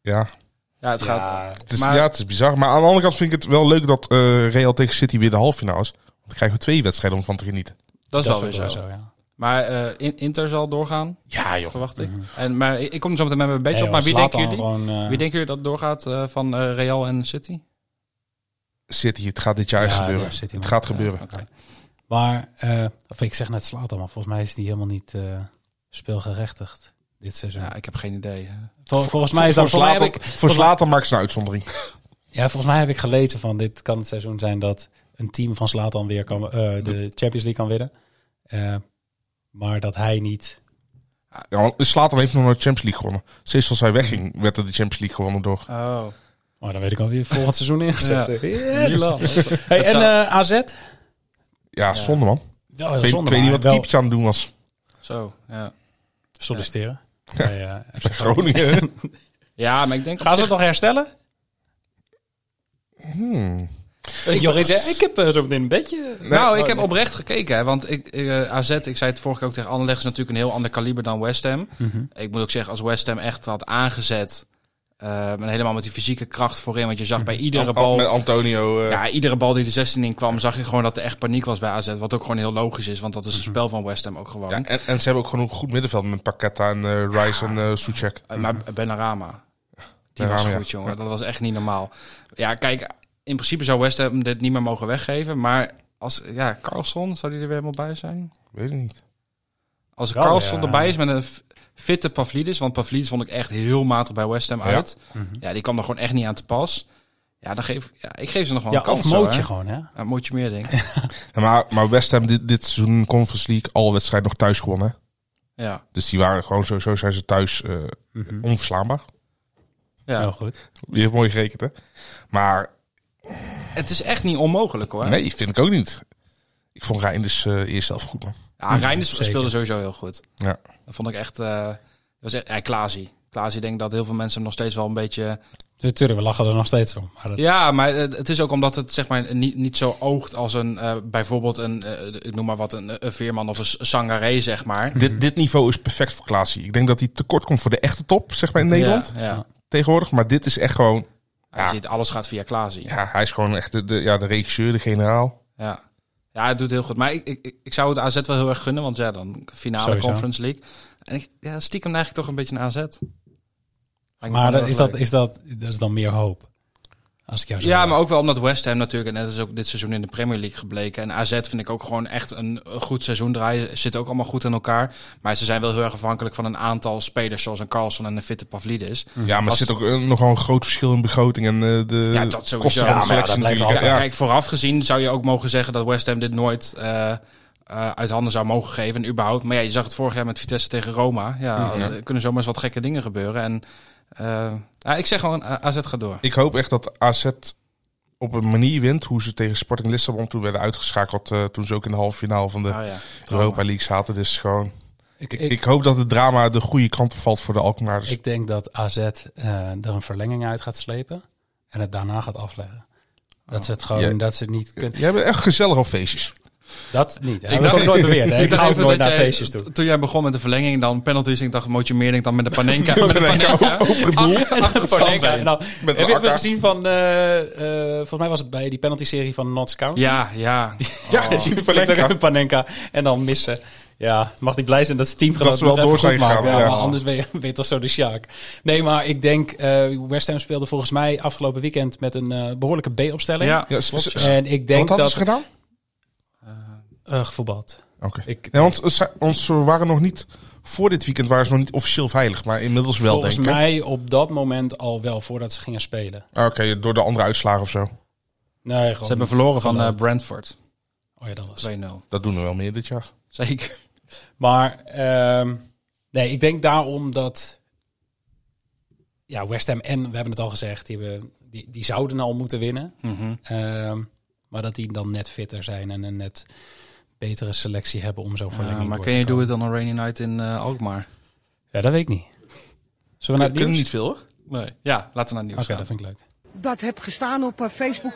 Speaker 6: Ja,
Speaker 4: Ja, het gaat...
Speaker 6: het is bizar. Maar aan de andere kant vind ik het wel leuk dat Real tegen City weer de halffinale is. Want dan krijgen we 2 wedstrijden om van te genieten.
Speaker 4: Dat is wel weer
Speaker 1: ook
Speaker 4: zo.
Speaker 1: ja.
Speaker 4: Maar Inter zal doorgaan,
Speaker 6: Ja, joh.
Speaker 4: verwacht ik. Maar ik kom er zo meteen met mijn beetje op. Maar wie denken jullie?
Speaker 1: Wie
Speaker 4: Wie denken jullie dat doorgaat van Real en City?
Speaker 6: City, het gaat dit jaar echt gebeuren.
Speaker 1: ja, City
Speaker 6: Het
Speaker 1: moet-
Speaker 6: gaat gebeuren.
Speaker 4: Oké.
Speaker 1: Maar, of ik zeg net Zlatan, maar volgens mij is die helemaal niet speelgerechtigd dit seizoen.
Speaker 4: Ja, ik heb geen idee.
Speaker 1: Volgens mij is dat...
Speaker 6: Voor Zlatan maakt ze een uitzondering.
Speaker 1: Ja, volgens mij heb ik gelezen van dit kan het seizoen zijn dat een team van Zlatan weer kan, de Champions League kan winnen. Maar dat hij niet...
Speaker 6: Ja, want Zlatan heeft nog nooit de Champions League gewonnen. Steeds als hij wegging, werd er de Champions League gewonnen door.
Speaker 4: Oh.
Speaker 1: Maar dan weet ik alweer volgend seizoen ingezet.
Speaker 4: Ja.
Speaker 1: Milan. Hey, en AZ?
Speaker 6: Ja, zonde man.
Speaker 1: Wel
Speaker 6: Ik
Speaker 1: heel
Speaker 6: weet,
Speaker 1: zonde,
Speaker 6: ik weet niet
Speaker 1: maar
Speaker 6: wat
Speaker 1: wel
Speaker 6: Keepertje aan het doen was.
Speaker 4: Zo, ja.
Speaker 1: solliciteren. Bij, FC
Speaker 6: Groningen.
Speaker 4: Ja, maar ik denk...
Speaker 1: Gaan ze het nog herstellen? Jorrit zei, ik heb zo meteen een beetje...
Speaker 4: Nou, ik heb oprecht gekeken, hè, want AZ, ik zei het vorige keer ook tegen Anderlecht, is natuurlijk een heel ander kaliber dan West Ham. Ik moet ook zeggen, als West Ham echt had aangezet, en helemaal met die fysieke kracht voorin, want je zag bij iedere bal...
Speaker 6: Met Antonio.
Speaker 4: Ja, iedere bal die de 16 in kwam, zag je gewoon dat er echt paniek was bij AZ. Wat ook gewoon heel logisch is, want dat is het spel van West Ham ook gewoon.
Speaker 6: Ja, en ze hebben ook gewoon een goed middenveld met Paqueta en Rice en Soucek.
Speaker 4: Maar Benarama, die was
Speaker 6: Benarama,
Speaker 4: goed, jongen. Dat was echt niet normaal. Ja, kijk, in principe zou West Ham dit niet meer mogen weggeven. Maar als Carlson, zou die er weer helemaal bij zijn?
Speaker 6: Weet ik niet.
Speaker 4: Als
Speaker 1: Wel,
Speaker 4: Carlson
Speaker 1: ja.
Speaker 4: erbij is met een fitte Pavlidis, want Pavlidis vond ik echt heel matig bij West Ham uit. Ja, die kwam er gewoon echt niet aan te pas. Ja, dan ik geef ze nog wel
Speaker 1: Ja,
Speaker 4: een kans.
Speaker 1: of
Speaker 4: zo,
Speaker 1: Mootje
Speaker 4: hè.
Speaker 1: gewoon, hè?
Speaker 4: Ja, Mootje meer, denk ik.
Speaker 6: Ja, maar West Ham dit seizoen Conference League alle wedstrijden nog thuis gewonnen. Hè?
Speaker 4: Ja.
Speaker 6: Dus die waren gewoon sowieso zijn ze thuis onverslaanbaar.
Speaker 4: Ja.
Speaker 1: Heel goed.
Speaker 6: Weer mooi gerekend, hè? Maar
Speaker 4: Het is echt niet onmogelijk, hoor.
Speaker 6: nee, vind ik ook niet. Ik vond Reinders eerst zelf goed, man.
Speaker 4: Ja, Reinders
Speaker 1: zeker.
Speaker 4: speelde sowieso heel goed.
Speaker 6: Ja.
Speaker 4: Dat vond ik echt... Klaasie. Klaasie, denk dat heel veel mensen hem nog steeds wel een beetje...
Speaker 1: Natuurlijk, we lachen er nog steeds om. Maar dat...
Speaker 4: Ja, maar het is ook omdat het zeg maar niet zo oogt als een bijvoorbeeld ik noem maar wat, een Veerman of een Sangaré, zeg maar.
Speaker 6: Dit niveau is perfect voor Klaasie. Ik denk dat hij tekort komt voor de echte top, zeg maar, in Nederland
Speaker 4: Ja.
Speaker 6: tegenwoordig. Maar dit is echt gewoon...
Speaker 4: Je ziet, alles gaat via Klaasie.
Speaker 6: Ja, hij is gewoon echt de regisseur, de generaal.
Speaker 4: Ja, het doet heel goed. Maar ik zou het AZ wel heel erg gunnen, want ja, dan finale
Speaker 1: Sowieso.
Speaker 4: Conference League. En stiekem neig ik toch een beetje een AZ.
Speaker 1: Maar is dat is dan meer hoop. Als ik jou zo
Speaker 4: Ja,
Speaker 1: hoor.
Speaker 4: maar ook wel omdat West Ham natuurlijk, en dat is ook dit seizoen in de Premier League gebleken. En AZ vind ik ook gewoon echt een goed seizoen draaien. Zitten ook allemaal goed in elkaar. Maar ze zijn wel heel erg afhankelijk van een aantal spelers, zoals een Carlson en een fitte Pavlidis.
Speaker 6: Ja, maar er zit ook nogal een groot verschil in begroting en de
Speaker 4: Ja, dat sowieso.
Speaker 6: kosten van de
Speaker 4: Ja, maar ja,
Speaker 6: selectie
Speaker 1: dat blijft
Speaker 6: natuurlijk.
Speaker 1: altijd.
Speaker 6: Ja.
Speaker 4: Kijk, vooraf gezien zou je ook mogen zeggen dat West Ham dit nooit uit handen zou mogen geven. En überhaupt. Maar ja, je zag het vorig jaar met Vitesse tegen Roma. Ja, er kunnen zomaar eens wat gekke dingen gebeuren. En ik zeg gewoon, AZ gaat door.
Speaker 6: Ik hoop echt dat AZ op een manier wint hoe ze tegen Sporting Lissabon toen werden uitgeschakeld. Toen ze ook in de halve finale van de Europa League zaten. Dus gewoon... Ik hoop dat het drama de goede kant op valt voor de Alkmaarders.
Speaker 1: Ik denk dat AZ er een verlenging uit gaat slepen en het daarna gaat afleggen. Dat ze het gewoon,
Speaker 6: Ja.
Speaker 1: dat ze het niet kunnen.
Speaker 6: Jij bent echt gezellig op feestjes.
Speaker 1: Dat niet. Dat heb ik ook nooit beweerd. Hè. Ik ga ook nooit naar feestjes toe.
Speaker 4: Toen jij begon met de verlenging, dan penalties. Ik dacht, moet je meer denkt dan met de Panenka. Met de
Speaker 6: Panenka
Speaker 4: Panenka.
Speaker 6: over het doel.
Speaker 4: Achter het standbeen.
Speaker 1: Nou,
Speaker 6: Met
Speaker 1: heb je
Speaker 6: Akka.
Speaker 1: gezien van, volgens mij was het bij die penalty-serie van Notts County?
Speaker 4: Ja.
Speaker 6: Ja, de
Speaker 1: Panenka. Panenka. En dan missen. Ja, mag die blij zijn dat zijn teamgenoot
Speaker 6: Dat ze wel
Speaker 1: nog
Speaker 6: door
Speaker 1: even
Speaker 6: zijn
Speaker 1: goed maakt.
Speaker 6: gegaan,
Speaker 1: Ja,
Speaker 6: ja.
Speaker 1: maar anders ben je toch zo de Sjaak. Nee, maar ik denk, West Ham speelde volgens mij afgelopen weekend met een behoorlijke B-opstelling.
Speaker 4: Ja.
Speaker 6: Ja,
Speaker 1: En ik denk
Speaker 6: wat hadden
Speaker 1: dat...
Speaker 6: ze gedaan?
Speaker 1: Gevoetbald.
Speaker 6: Oké.
Speaker 1: Ik-
Speaker 6: Ja, want ze waren nog niet... Voor dit weekend waren ze nog niet officieel veilig. Maar inmiddels wel,
Speaker 1: Volgens
Speaker 6: denk ik.
Speaker 1: mij op dat moment al wel, voordat ze gingen spelen.
Speaker 6: Oké, door de andere uitslagen of zo.
Speaker 1: Nee, gewoon
Speaker 4: Ze hebben verloren van
Speaker 1: geloot.
Speaker 4: Brentford. 2-0.
Speaker 1: Oh ja, dat was het.
Speaker 6: Dat doen we wel meer dit jaar.
Speaker 4: Zeker.
Speaker 1: Maar nee, ik denk daarom dat West Ham en, we hebben het al gezegd, die zouden al moeten winnen. Maar dat die dan net fitter zijn en een net betere selectie hebben om zo'n verlenging
Speaker 4: maar
Speaker 1: door
Speaker 4: kun
Speaker 1: te
Speaker 4: je doen
Speaker 1: komen.
Speaker 4: het dan een rainy night in Alkmaar?
Speaker 1: Ja, dat weet ik niet. Zullen we naar het
Speaker 6: Kunnen
Speaker 1: nieuws?
Speaker 6: niet veel, hoor.
Speaker 4: Nee. Ja, laten we naar het nieuws
Speaker 1: Oké,
Speaker 4: gaan.
Speaker 1: dat vind ik leuk.
Speaker 7: Dat heb gestaan op Facebook.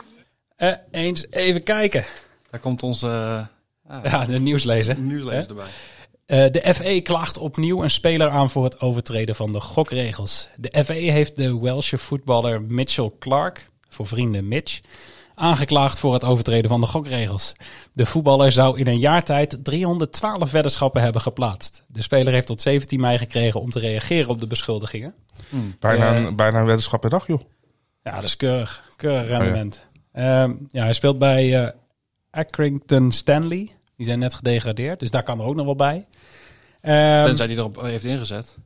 Speaker 1: Eens even kijken.
Speaker 4: Daar komt onze
Speaker 1: Ja, de nieuwslezer.
Speaker 4: nieuwslezer
Speaker 1: Hè?
Speaker 4: erbij.
Speaker 1: De FA klaagt opnieuw een speler aan voor het overtreden van de gokregels. De FA heeft de Welsh voetballer Mitchell Clark, voor vrienden Mitch, aangeklaagd voor het overtreden van de gokregels. De voetballer zou in een jaar tijd 312 weddenschappen hebben geplaatst. De speler heeft tot 17 mei gekregen om te reageren op de beschuldigingen.
Speaker 6: Bijna een weddenschap per dag, joh.
Speaker 1: Ja, dat is keurig rendement. Hij speelt bij Accrington Stanley. Die zijn net gedegradeerd, dus daar kan er ook nog wel bij.
Speaker 4: Tenzij die erop heeft ingezet.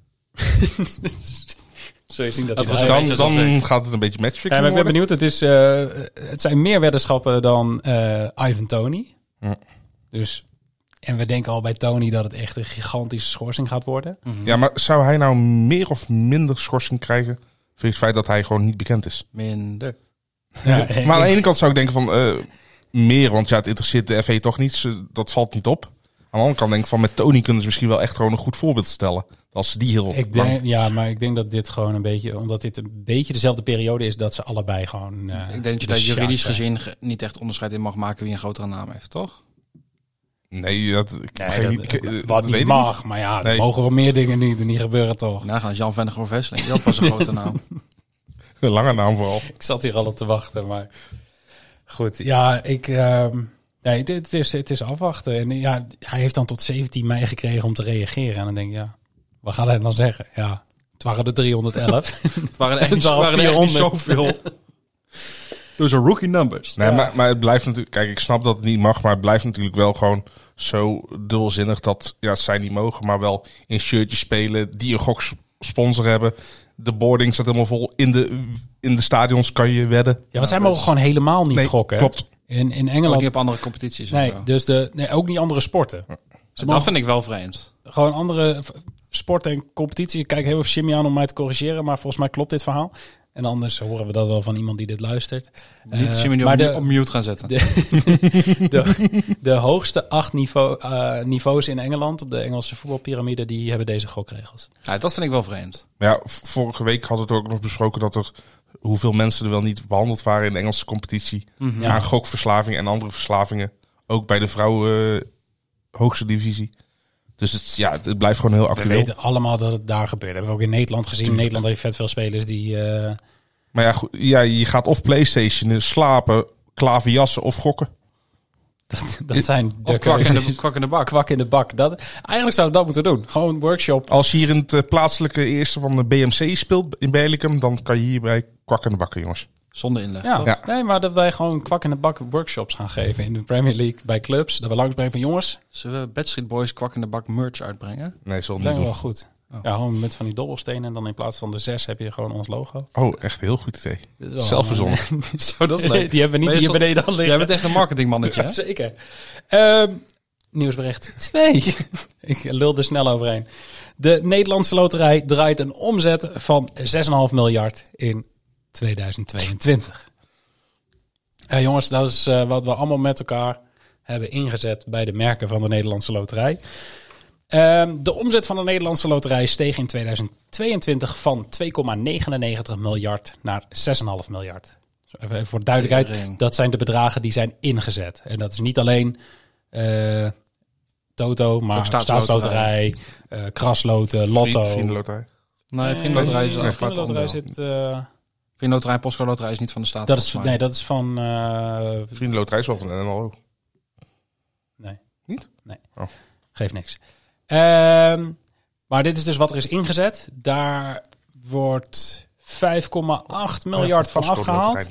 Speaker 1: Zul je zien dat
Speaker 4: was
Speaker 1: hij...
Speaker 6: Dan gaat het een beetje matchfixing
Speaker 1: Ja, maar ik ben
Speaker 6: worden.
Speaker 1: benieuwd. Het zijn meer weddenschappen dan Ivan Toney.
Speaker 6: Ja.
Speaker 1: Dus, en we denken al bij Toney dat het echt een gigantische schorsing gaat worden.
Speaker 6: Ja, maar zou hij nou meer of minder schorsing krijgen vanwege het feit dat hij gewoon niet bekend is?
Speaker 4: Minder.
Speaker 1: Ja,
Speaker 6: Maar aan de ene kant zou ik denken van meer, want ja, het interesseert de FA toch niet. Dat valt niet op. Aan de andere kant denk ik van met Toney kunnen ze misschien wel echt gewoon een goed voorbeeld stellen. Als ze die heel
Speaker 1: maar ik denk dat dit gewoon een beetje, omdat dit een beetje dezelfde periode is, dat ze allebei gewoon...
Speaker 4: Ik denk dat je daar juridisch gezien niet echt onderscheid in mag maken wie een grotere naam heeft, toch?
Speaker 6: Nee,
Speaker 1: wat niet mag, maar ja, er mogen wel meer dingen niet gebeuren toch?
Speaker 4: Nou, gaan Jan Vennegoor Vesseling, die had pas een grote naam.
Speaker 6: Een lange naam vooral.
Speaker 1: Ik zat hier al op te wachten, maar goed. Ja, het is afwachten. En ja, hij heeft dan tot 17 mei gekregen om te reageren. En dan denk ik, ja, wat gaat hij dan zeggen? Ja, het waren er 311.
Speaker 4: Het waren er echt niet zoveel. Dus een rookie numbers.
Speaker 6: Nee, maar het blijft natuurlijk... Kijk, ik snap dat het niet mag, maar het blijft natuurlijk wel gewoon zo dubbelzinnig dat zij niet mogen, maar wel in shirtjes spelen die een goksponsor hebben. De boarding staat helemaal vol. In de stadions kan je wedden.
Speaker 1: Ja, want zij mogen gewoon helemaal niet gokken.
Speaker 6: Klopt.
Speaker 1: In Engeland...
Speaker 4: Ook niet op andere competities.
Speaker 1: Nee, dus ook niet andere sporten.
Speaker 4: Dat vind ik wel vreemd.
Speaker 1: Gewoon andere sporten en competities. Ik kijk heel even Jimmy aan om mij te corrigeren, maar volgens mij klopt dit verhaal. En anders horen we dat wel van iemand die dit luistert.
Speaker 4: Niet Jimmy op mute gaan zetten.
Speaker 1: De hoogste 8 niveaus in Engeland op de Engelse voetbalpyramide, die hebben deze gokregels.
Speaker 4: Ja, dat vind ik wel vreemd.
Speaker 6: Ja, vorige week hadden we het ook nog besproken dat er hoeveel mensen er wel niet behandeld waren in de Engelse competitie. Mm-hmm. Aan gokverslaving en andere verslavingen. Ook bij de vrouwen hoogste divisie. Dus het blijft gewoon heel actueel.
Speaker 1: We weten allemaal dat het daar gebeurt. Dat hebben we ook in Nederland gezien. Tuurlijk. Nederland heeft vet veel spelers die...
Speaker 6: Maar ja, goed, je gaat of PlayStation, slapen, klaverjassen of gokken.
Speaker 1: Dat zijn de
Speaker 4: kwak in de bak.
Speaker 1: Kwak in de bak. Eigenlijk zou ik dat moeten doen. Gewoon een workshop.
Speaker 6: Als je hier in het plaatselijke eerste van de BMC speelt in Berlicum, dan kan je hierbij kwak in de bakken, jongens.
Speaker 4: Zonder inleg.
Speaker 1: Ja. Nee, maar dat wij gewoon kwak in de bak workshops gaan geven in de Premier League bij clubs. Dat we langsbrengen van jongens.
Speaker 4: Zullen we Badstreet Boys kwak in de bak merch uitbrengen?
Speaker 6: Nee, zo niet.
Speaker 1: Dat is wel goed. Oh. Ja, gewoon met van die dobbelstenen en dan in plaats van de 6 heb je gewoon ons logo.
Speaker 6: Oh, echt een heel goed idee. Zelf verzonnen.
Speaker 4: Zo, dat is leuk.
Speaker 1: Die hebben we niet hier beneden al liggen.
Speaker 4: Jij bent echt een marketingmannetje,
Speaker 1: hè?
Speaker 4: Ja,
Speaker 1: zeker. Nieuwsbericht 2. Ik lul er snel overheen. De Nederlandse Loterij draait een omzet van 6,5 miljard in 2022. Jongens, dat is wat we allemaal met elkaar hebben ingezet bij de merken van de Nederlandse Loterij. De omzet van de Nederlandse Loterij steeg in 2022 van 2,99 miljard naar 6,5 miljard. Even voor de duidelijkheid, dat zijn de bedragen die zijn ingezet. En dat is niet alleen Toto, maar Staatsloterij, Krasloten, Lotto.
Speaker 6: Vriendenloterij.
Speaker 4: Nee, Vriendenloterij is apart.
Speaker 1: Vriendenloterij zit...
Speaker 4: Vriendenloterij en Postcode Loterij is niet van de staat.
Speaker 1: Dat is van...
Speaker 6: Vriendenloterij is wel van de NLO.
Speaker 1: Nee.
Speaker 6: Niet?
Speaker 1: Nee.
Speaker 6: Oh.
Speaker 1: Geeft niks. Maar dit is dus wat er is ingezet. Daar wordt 5,8 miljard van afgehaald.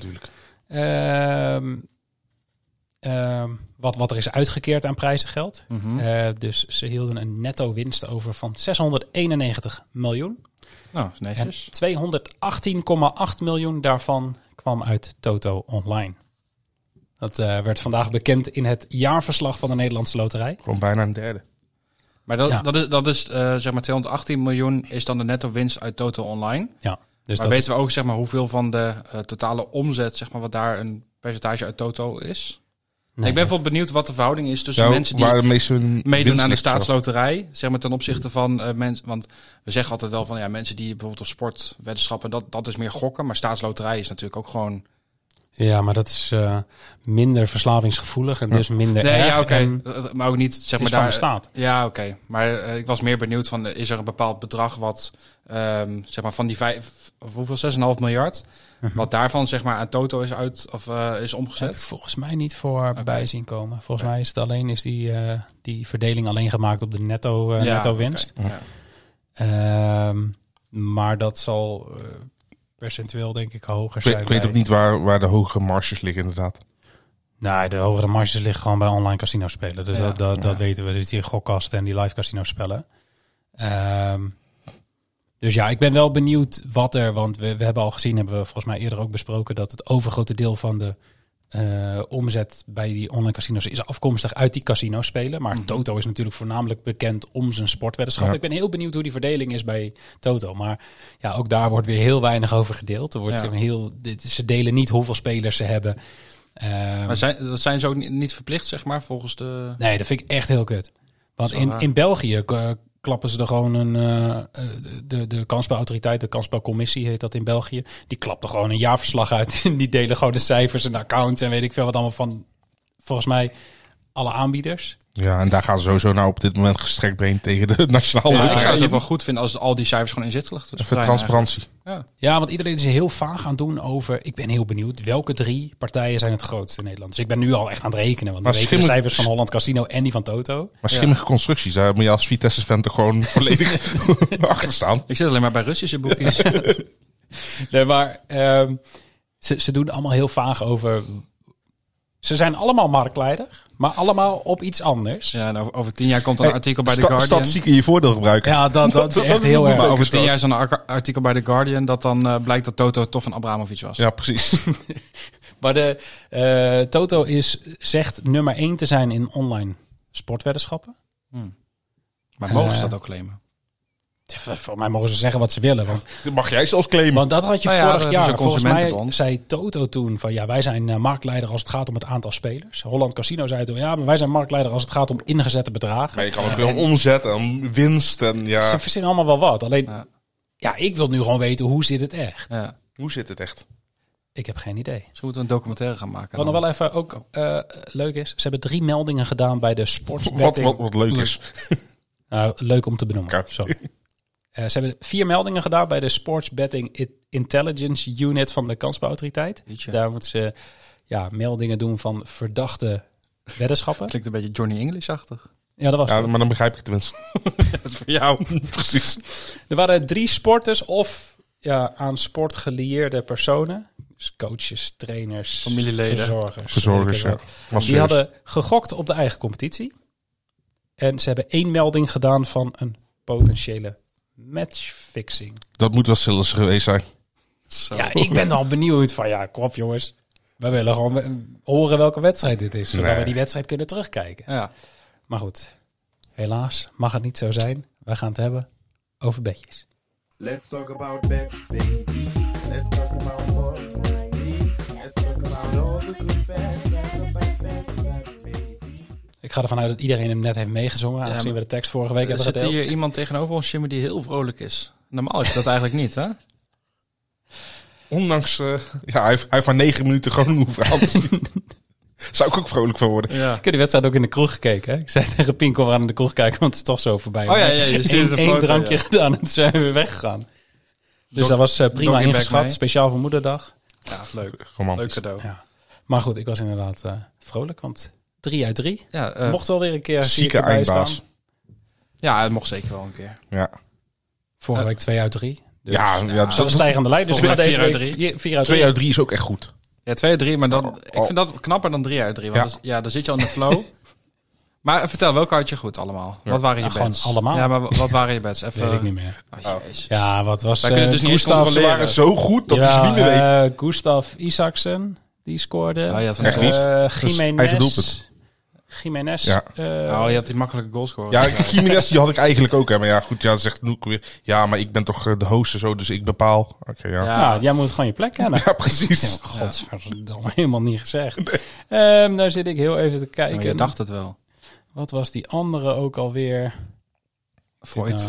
Speaker 1: Wat er is uitgekeerd aan prijzengeld. Mm-hmm. Dus ze hielden een netto winst over van 691 miljoen.
Speaker 4: Nou, netjes.
Speaker 1: En 218,8 miljoen daarvan kwam uit Toto Online. Dat werd vandaag bekend in het jaarverslag van de Nederlandse Loterij.
Speaker 6: Gewoon bijna een derde.
Speaker 4: Maar dat is zeg maar 218 miljoen is dan de netto winst uit Toto Online.
Speaker 1: Ja. Dus
Speaker 4: maar weten we ook zeg maar hoeveel van de totale omzet, zeg maar, wat daar een percentage uit Toto is? Nee, ik ben wel benieuwd wat de verhouding is tussen mensen die meedoen aan de staatsloterij, zeg maar ten opzichte van mensen. Want we zeggen altijd wel van mensen die bijvoorbeeld op sportweddenschappen, dat is meer gokken, maar staatsloterij is natuurlijk ook gewoon
Speaker 1: Ja, maar dat is minder verslavingsgevoelig en dus minder
Speaker 4: Nee,
Speaker 1: erg.
Speaker 4: ja, oké.
Speaker 1: en
Speaker 4: Maar ook niet, zeg maar
Speaker 1: is van
Speaker 4: daar.
Speaker 1: de staat.
Speaker 4: Ja, oké. Maar ik was meer benieuwd van, is er een bepaald bedrag wat, zeg maar van die 6,5 miljard, wat daarvan zeg maar aan Toto is is
Speaker 1: Heb ik
Speaker 4: omgezet?
Speaker 1: volgens mij niet voorbij zien komen. Volgens mij is die verdeling alleen gemaakt op de netto winst.
Speaker 4: oké. Ja.
Speaker 1: Maar dat zal percentueel denk ik hoger zijn.
Speaker 6: Ik weet ook niet waar de hogere marges liggen inderdaad.
Speaker 1: Nee, de hogere marges liggen gewoon bij online casino spelen. Dus
Speaker 4: Ja.
Speaker 1: dat weten we. Dus die gokkasten en die live casino spellen. Dus ja, ik ben wel benieuwd wat er... Want we hebben al gezien, hebben we volgens mij eerder ook besproken... dat het overgrote deel van de omzet bij die online casino's is afkomstig uit die casino spelen. Maar Toto is natuurlijk voornamelijk bekend om zijn sportweddenschap.
Speaker 6: Ja.
Speaker 1: Ik ben heel benieuwd hoe die verdeling is bij Toto. Maar ja, ook daar wordt weer heel weinig over gedeeld. Er wordt ze delen niet hoeveel spelers ze hebben.
Speaker 4: Maar dat zijn ze ook niet verplicht, zeg maar, volgens de...
Speaker 1: Nee, dat vind ik echt heel kut. Want
Speaker 4: Dat is wel
Speaker 1: in België klappen ze er gewoon de kansspelautoriteit, de kansspelcommissie heet dat in België. Die klapt er gewoon een jaarverslag uit. En die delen gewoon de cijfers en de accounts en weet ik veel wat allemaal van, volgens mij, alle aanbieders.
Speaker 6: Ja, en daar gaan ze sowieso nou op dit moment gestrekt been tegen de nationale
Speaker 4: Ja, ik zou het
Speaker 6: loterij.
Speaker 4: ook wel goed vinden als al die cijfers gewoon inzichtelijk zijn.
Speaker 6: Even transparantie.
Speaker 1: Ja, want iedereen is heel vaag aan het doen over... Ik ben heel benieuwd, welke 3 partijen zijn het grootste in Nederland? Dus ik ben nu al echt aan het rekenen. Want we
Speaker 6: Maar
Speaker 1: weten de cijfers van Holland Casino en die van Toto.
Speaker 6: Maar schimmige constructies, daar moet je als Vitesse-fan toch gewoon volledig achter staan.
Speaker 4: Ik zit alleen maar bij Russische boekjes.
Speaker 1: Nee, maar ze doen allemaal heel vaag over... Ze zijn allemaal marktleider, maar allemaal op iets anders.
Speaker 4: Ja, en over 10 jaar komt er een artikel bij The Guardian.
Speaker 6: Statistiek in je voordeel gebruiken.
Speaker 1: Ja, dat is echt heel
Speaker 4: Maar
Speaker 1: erg.
Speaker 4: over 10 jaar is er een artikel bij The Guardian dat dan blijkt dat Toto toch van Abramovic was.
Speaker 6: Ja, precies.
Speaker 1: Maar de Toto zegt nummer 1 te zijn in online sportweddenschappen.
Speaker 4: Maar mogen ze dat ook claimen?
Speaker 1: Voor mij mogen ze zeggen wat ze willen. Want,
Speaker 6: Dat mag jij zelfs claimen.
Speaker 1: want dat had je
Speaker 4: Nou ja,
Speaker 1: vorig
Speaker 4: dat is
Speaker 1: jaar.
Speaker 4: een
Speaker 1: Volgens mij
Speaker 4: consumentenbond.
Speaker 1: zei Toto toen van... ja, wij zijn marktleider als het gaat om het aantal spelers. Holland Casino zei toen... ja, maar wij zijn marktleider als het gaat om ingezette bedragen.
Speaker 6: Maar je kan ook weer om omzet en winst en ja.
Speaker 1: Ze verzinnen allemaal wel wat. Alleen,
Speaker 4: Ja.
Speaker 1: ja, ik wil nu gewoon weten hoe zit het echt.
Speaker 4: Ja.
Speaker 6: Hoe zit het echt?
Speaker 1: Ik heb geen idee.
Speaker 4: Ze moeten een documentaire gaan maken.
Speaker 1: Wat nog
Speaker 4: dan.
Speaker 1: wel even ook leuk is... ze hebben 3 meldingen gedaan bij de sportsbetting.
Speaker 6: Wat leuk is.
Speaker 1: Nou, leuk om te benoemen.
Speaker 6: Kijk.
Speaker 1: Sorry. Ze hebben 4 meldingen gedaan bij de Sports Betting Intelligence Unit van de kansspelautoriteit.
Speaker 4: Jeetje.
Speaker 1: Daar moeten ze meldingen doen van verdachte weddenschappen.
Speaker 4: Klinkt een beetje Johnny English-achtig.
Speaker 1: Ja, dat was
Speaker 6: Ja,
Speaker 1: het.
Speaker 6: maar dan begrijp ik het tenminste.
Speaker 4: Dat is voor jou.
Speaker 6: Precies.
Speaker 1: Er waren 3 sporters of aan sport gelieerde personen. Dus coaches, trainers,
Speaker 4: Familieleden.
Speaker 6: Verzorgers,
Speaker 1: weet
Speaker 6: ja.
Speaker 1: ik wat. Die
Speaker 6: Masseurs.
Speaker 1: hadden gegokt op de eigen competitie. En ze hebben 1 melding gedaan van een potentiële matchfixing.
Speaker 6: Dat moet wel Sillis geweest zijn.
Speaker 4: Zo.
Speaker 1: Ja, ik ben al benieuwd van, ja, kom op jongens. We willen gewoon horen welke wedstrijd dit is. Zodat
Speaker 6: Nee.
Speaker 1: we die wedstrijd kunnen terugkijken.
Speaker 4: Ja.
Speaker 1: Maar goed, helaas mag het niet zo zijn. Wij gaan het hebben over bedjes.
Speaker 8: Let's talk about bets, baby. Let's talk about money. Let's talk about all the good bets, baby.
Speaker 1: Ik ga ervan uit dat iedereen hem net heeft meegezongen. Aangezien
Speaker 4: maar-
Speaker 1: we de tekst vorige week
Speaker 4: Er
Speaker 1: hebben
Speaker 4: zit
Speaker 1: gedeeld.
Speaker 4: hier iemand tegenover ons, Jimmy, die heel vrolijk is. Normaal is dat eigenlijk niet, hè?
Speaker 6: Ondanks, hij heeft maar 9 minuten gewoon hoeven aan te zien. Zou ik ook vrolijk van worden.
Speaker 4: Ja.
Speaker 1: Ik heb die wedstrijd ook in de kroeg gekeken. Hè? Ik zei tegen Pinko, we gaan in de kroeg kijken, want het is toch zo voorbij.
Speaker 4: Oh ja, je stuurde een
Speaker 1: Eén
Speaker 4: foto,
Speaker 1: drankje
Speaker 4: ja.
Speaker 1: gedaan en toen zijn we weer weggegaan. Dus dat was prima
Speaker 4: doggy bag
Speaker 1: ingeschat.
Speaker 4: mee.
Speaker 1: Speciaal voor Moederdag.
Speaker 4: Ja, leuk. Leuk
Speaker 6: Romantisch.
Speaker 4: cadeau.
Speaker 1: Ja. Maar goed, ik was inderdaad vrolijk, want 3 uit 3.
Speaker 4: Ja,
Speaker 1: Mocht wel weer een keer
Speaker 6: Zieke
Speaker 1: erbij
Speaker 6: eindbaas.
Speaker 1: staan.
Speaker 4: ja, het mocht zeker wel een keer.
Speaker 6: Ja.
Speaker 1: Vorige week 2 uit 3. Dus
Speaker 6: Ja,
Speaker 1: dat is een stijgende lijn. Dus
Speaker 4: volgens mij
Speaker 1: deze
Speaker 4: 4 uit
Speaker 1: week
Speaker 4: 3.
Speaker 1: 4 uit
Speaker 6: 2
Speaker 1: 3.
Speaker 6: uit 3 is ook echt goed.
Speaker 4: Ja, 2 uit 3, maar dan,
Speaker 6: Oh.
Speaker 4: ik vind dat knapper dan 3 uit 3. Want
Speaker 6: Ja.
Speaker 4: ja, dan zit je al in de flow. Maar vertel, welke had je goed allemaal?
Speaker 6: Ja.
Speaker 4: Wat waren je
Speaker 1: Ja, gewoon
Speaker 4: bets?
Speaker 1: allemaal.
Speaker 4: Ja, maar wat waren je bets? Even,
Speaker 1: Weet ik niet meer.
Speaker 4: Oh, jezus.
Speaker 1: Ja, wat was
Speaker 4: Wij kunnen het dus niet eens
Speaker 1: Gustav?
Speaker 6: Ze
Speaker 4: controleren.
Speaker 6: waren zo goed dat hij ze niet meer weet.
Speaker 1: Gustav Isaksen, die scoorde.
Speaker 4: Oh, je had
Speaker 6: Echt niet. Dat is
Speaker 1: Jiménez.
Speaker 6: eigen doelpunt.
Speaker 1: Jiménez.
Speaker 6: Ja.
Speaker 4: Oh, je had die makkelijke goalscorer.
Speaker 6: Ja, Jiménez die had ik eigenlijk ook. Hè. Maar ja, goed, ja, dat zegt Noek weer. Ja, maar ik ben toch de host en zo, dus ik bepaal. Oké, ja.
Speaker 4: Ja.
Speaker 1: Nou, jij moet gewoon je plek kennen.
Speaker 6: Ja, precies.
Speaker 1: Godverdomme, helemaal niet gezegd. Daar zit ik heel even te
Speaker 4: Ja,
Speaker 1: kijken.
Speaker 4: maar je dacht het wel.
Speaker 1: Wat was die andere ook alweer?
Speaker 4: Freud.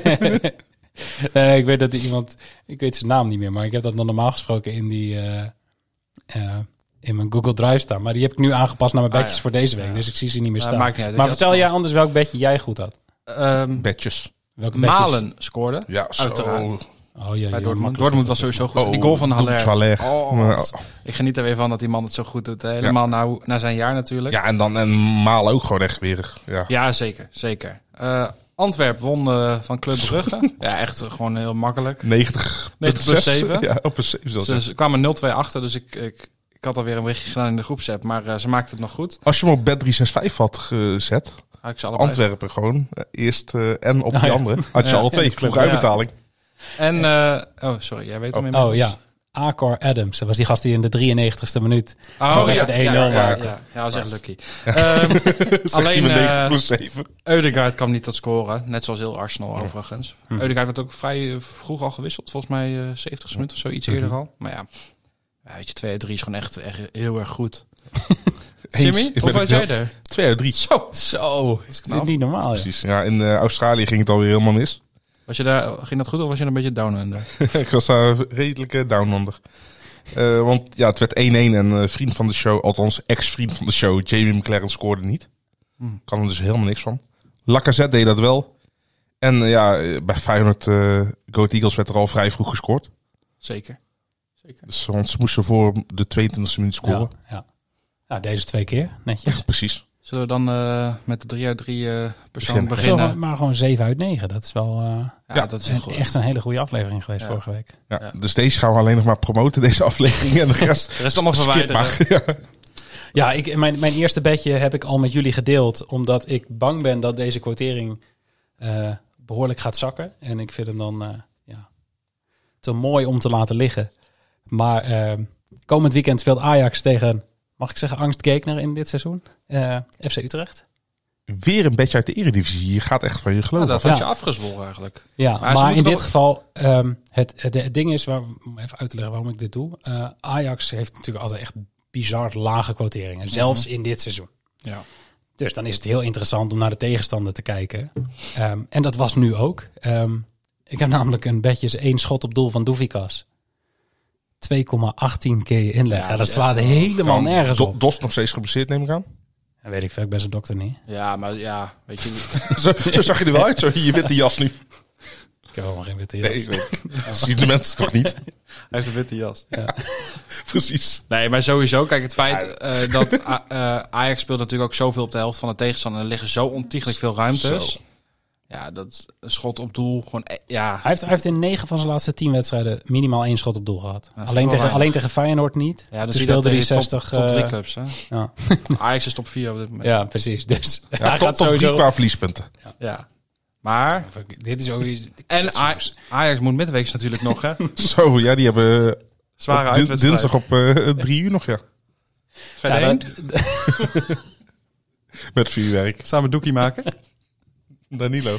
Speaker 1: Nee, ik weet dat iemand... Ik weet zijn naam niet meer, maar ik heb dat dan normaal gesproken in mijn Google Drive staan. Maar die heb ik nu aangepast naar mijn bedjes
Speaker 4: ja.
Speaker 1: voor deze week.
Speaker 4: Ja.
Speaker 1: Dus ik zie ze niet meer
Speaker 4: Ja,
Speaker 1: staan.
Speaker 4: maakt niet uit.
Speaker 1: Maar
Speaker 4: Dat
Speaker 1: vertel
Speaker 4: is
Speaker 1: jij anders welk bedje jij goed had.
Speaker 6: Bedjes.
Speaker 1: Welke bedjes?
Speaker 4: Malen scoorde.
Speaker 6: Ja, zo.
Speaker 4: Uiteraard.
Speaker 1: Oh, ja,
Speaker 4: Bij Dortmund. Dortmund was sowieso goed.
Speaker 6: Oh,
Speaker 4: die goal van Haller. Ik geniet er weer van dat die man het zo goed doet. Helemaal na zijn jaar natuurlijk.
Speaker 6: Ja, en Maal ook gewoon echt weer. Ja.
Speaker 4: Ja, zeker. Antwerp won van Club Brugge. Ja, echt gewoon heel makkelijk.
Speaker 6: 90
Speaker 4: plus 7.
Speaker 6: Ja, op een 7 zelfs.
Speaker 4: Ze kwamen 0-2 achter, dus ik had alweer een berichtje gedaan in de groepsapp. Maar ze maakten het nog goed.
Speaker 6: Als je hem op Bet365 had gezet,
Speaker 4: Had ik ze allebei.
Speaker 6: Antwerpen gewoon, eerst en op die andere, had je alle twee. Vroeg uitbetaling.
Speaker 4: En, sorry, jij weet hem
Speaker 1: Oh
Speaker 4: inmiddels.
Speaker 1: ja, Akor Adams. Dat was die gast die in de 93ste minuut...
Speaker 4: Oh
Speaker 1: even de 1-0 maakte.
Speaker 4: Ja, dat is echt lucky.
Speaker 6: Zegt hij
Speaker 4: Alleen
Speaker 6: met 90 plus 7.
Speaker 4: Eudegaard kwam niet tot scoren. Net zoals heel Arsenal overigens. Eudegaard werd ook vrij vroeg al gewisseld. Volgens mij 70 minuten of zo, iets eerder al. Maar ja, weet je, 2 uit 3 is gewoon echt heel erg goed. Jimmy, hoe was jij er?
Speaker 6: 2 uit 3.
Speaker 4: Zo. Is
Speaker 1: Dat is niet normaal. Ja.
Speaker 6: Precies. Ja, in Australië ging het alweer helemaal mis.
Speaker 4: Ging dat goed of was je een beetje down under?
Speaker 6: Ik was daar redelijk down onder. Want ja, het werd 1-1 en vriend van de show, althans ex-vriend van de show, Jamie McLaren scoorde niet. Kan er dus helemaal niks van. Lacazette deed dat wel. En bij Feyenoord Go Eagles werd er al vrij vroeg gescoord.
Speaker 4: Zeker.
Speaker 6: Dus ze moesten voor de 22e minuut scoren.
Speaker 1: Ja. Nou, deze 2 keer. Netjes.
Speaker 6: Ja, precies.
Speaker 4: Zullen we dan met de 3 uit 3 persoon
Speaker 6: Beginnen.
Speaker 4: beginnen?
Speaker 1: Maar gewoon 7 uit 9. Dat is wel
Speaker 4: Dat is heel goed.
Speaker 1: echt een hele goede aflevering geweest vorige week.
Speaker 6: Ja, dus deze gaan we alleen nog maar promoten, deze aflevering. En de rest
Speaker 4: allemaal verwijderen.
Speaker 6: maar. Ja.
Speaker 1: Ja, mijn eerste bedje heb ik al met jullie gedeeld. Omdat ik bang ben dat deze quotering behoorlijk gaat zakken. En ik vind hem dan te mooi om te laten liggen. Maar komend weekend speelt Ajax tegen, mag ik zeggen, angstgekner in dit seizoen. FC Utrecht.
Speaker 6: Weer een bedje uit de Eredivisie. Je gaat echt van je geloof
Speaker 4: Dat
Speaker 6: af.
Speaker 4: vond je afgezworen eigenlijk.
Speaker 1: Ja,
Speaker 4: Maar ze
Speaker 1: maar in
Speaker 4: moeten
Speaker 1: dit
Speaker 4: nog-
Speaker 1: geval, het ding is, om even uit te leggen waarom ik dit doe. Ajax heeft natuurlijk altijd echt bizar lage quoteringen. Zelfs in dit seizoen.
Speaker 4: Ja.
Speaker 1: Dus dan is het heel interessant om naar de tegenstander te kijken. En dat was nu ook. Ik heb namelijk een bedje 1 schot op doel van Douvikas. 2,18 keer inleg. Ja, dat
Speaker 4: is
Speaker 1: slaat
Speaker 4: echt
Speaker 1: helemaal nergens op.
Speaker 6: Dos nog steeds geblesseerd, neem ik aan.
Speaker 1: Dat weet ik veel, ik ben zijn dokter niet.
Speaker 4: Ja, maar ja, weet je...
Speaker 6: Zo zag je er wel uit, zo je witte jas nu.
Speaker 1: Ik heb helemaal geen witte jas.
Speaker 6: Nee, ik weet. Dat zien de mensen toch niet?
Speaker 4: Hij heeft een witte jas.
Speaker 6: Precies.
Speaker 4: Nee, maar sowieso, kijk, het feit dat Ajax speelt natuurlijk ook zoveel op de helft van de tegenstander. En er liggen zo ontiegelijk veel ruimtes.
Speaker 6: Zo.
Speaker 4: Ja, dat schot op doel gewoon... ja,
Speaker 1: Hij heeft in 9 van zijn laatste 10 wedstrijden minimaal 1 schot op doel gehad.
Speaker 4: Ja,
Speaker 1: Alleen tegen Feyenoord niet.
Speaker 4: ja, dan
Speaker 1: Toen
Speaker 4: zie je dat
Speaker 1: speelde hij
Speaker 4: tegen
Speaker 1: 60...
Speaker 4: top 3 clubs, hè.
Speaker 1: ja.
Speaker 4: Ajax is top 4 op dit moment.
Speaker 1: Ja, precies. Dus
Speaker 6: Ja,
Speaker 1: hij
Speaker 6: top
Speaker 1: gaat
Speaker 6: 3
Speaker 1: sowieso...
Speaker 6: qua verliespunten.
Speaker 4: Ja. Maar...
Speaker 1: Dit is ook...
Speaker 4: En Ajax moet midweeks natuurlijk nog, hè.
Speaker 6: Zo, ja, die hebben
Speaker 4: Zware
Speaker 6: op
Speaker 4: uitwedstrijd.
Speaker 6: dinsdag op 3 uur nog, ja.
Speaker 4: Ga je erheen?
Speaker 6: Met vuurwerk.
Speaker 4: Samen doekie maken?
Speaker 6: Danilo.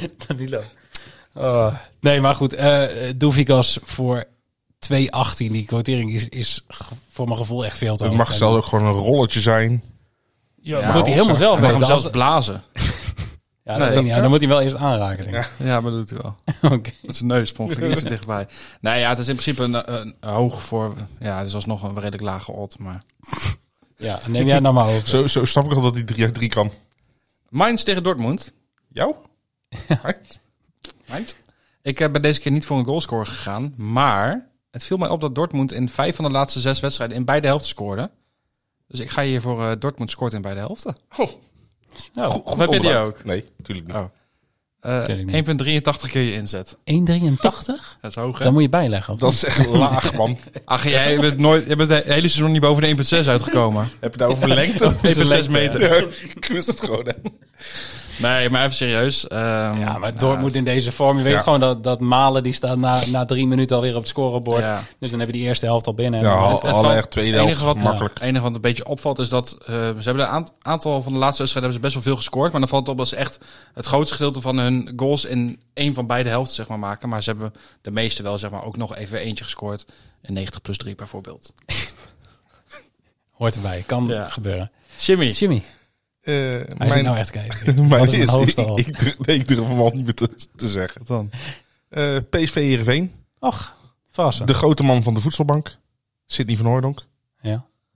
Speaker 1: Nee, maar goed. Douvikas voor 2,18. Die quotering is voor mijn gevoel echt veel te
Speaker 6: Het
Speaker 1: hoog.
Speaker 6: mag zelfs ook gewoon een rolletje zijn.
Speaker 1: Ja, moet hij helemaal zelf
Speaker 4: Hij mag
Speaker 1: weten.
Speaker 4: hem zelfs blazen.
Speaker 1: Ja, dat weet ik niet. Ja, dan moet hij wel eerst aanraken, denk ik.
Speaker 4: Ja, maar dat doet hij wel.
Speaker 1: Oké.
Speaker 4: Met zijn neus sprong er iets dichtbij. Nee, ja, het is in principe een hoog voor... Ja, het is alsnog een redelijk lage odd, maar...
Speaker 1: Ja, neem jij nou maar over.
Speaker 6: Zo snap ik al dat hij 3 uit 3 kan.
Speaker 4: Mainz tegen Dortmund.
Speaker 6: Jou?
Speaker 4: Mainz. Ik heb bij deze keer niet voor een goalscore gegaan, maar het viel mij op dat Dortmund in 5 van de laatste 6 wedstrijden in beide helften scoorde. Dus ik ga hier voor Dortmund scoort in beide helften.
Speaker 1: Oh,
Speaker 6: Goed
Speaker 4: heb je die
Speaker 6: onderbouwd.
Speaker 4: ook?
Speaker 6: Nee, natuurlijk niet.
Speaker 4: Oh.
Speaker 1: Natuurlijk
Speaker 4: 1,83 keer je inzet.
Speaker 1: 1,83?
Speaker 4: Dat is hoog, hè?
Speaker 1: Dan moet je bijleggen. Of
Speaker 6: Dat
Speaker 1: niet?
Speaker 6: is echt laag, man.
Speaker 4: Ach, jij je bent het hele seizoen niet boven de 1,6 uitgekomen.
Speaker 6: Heb je het over mijn lengte?
Speaker 4: 1,6 meter.
Speaker 6: Ja, ik wist het gewoon. Hè.
Speaker 4: Nee, maar even serieus.
Speaker 1: Ja, maar Dortmund in deze vorm. Je weet
Speaker 6: Ja.
Speaker 1: gewoon dat Malen die staat na 3 minuten alweer op het scorebord.
Speaker 4: Ja.
Speaker 1: Dus dan heb je die eerste helft al binnen.
Speaker 6: Ja,
Speaker 1: Maar
Speaker 6: al- alle echt tweede helft makkelijk.
Speaker 4: Het enige wat een beetje opvalt is dat ze hebben een aantal van de laatste wedstrijden hebben ze best wel veel gescoord. Maar dan valt het op dat ze echt het grootste gedeelte van hun goals in één van beide helften zeg maar, maken. Maar ze hebben de meeste wel zeg maar, ook nog even eentje gescoord. In 90 plus 3 bijvoorbeeld.
Speaker 1: Hoort erbij. Kan
Speaker 4: Ja.
Speaker 1: gebeuren.
Speaker 4: Jimmy.
Speaker 1: Hij zit nou echt kijken.
Speaker 6: mijn
Speaker 1: Wat is mijn
Speaker 6: is,
Speaker 1: hoofdstel al?
Speaker 6: ik durf hem al niet meer te zeggen.
Speaker 4: Dan.
Speaker 6: PSV Heerenveen.
Speaker 1: Och, vast.
Speaker 6: De grote man van de voedselbank. Sidney van Hooijdonk.
Speaker 1: Ja.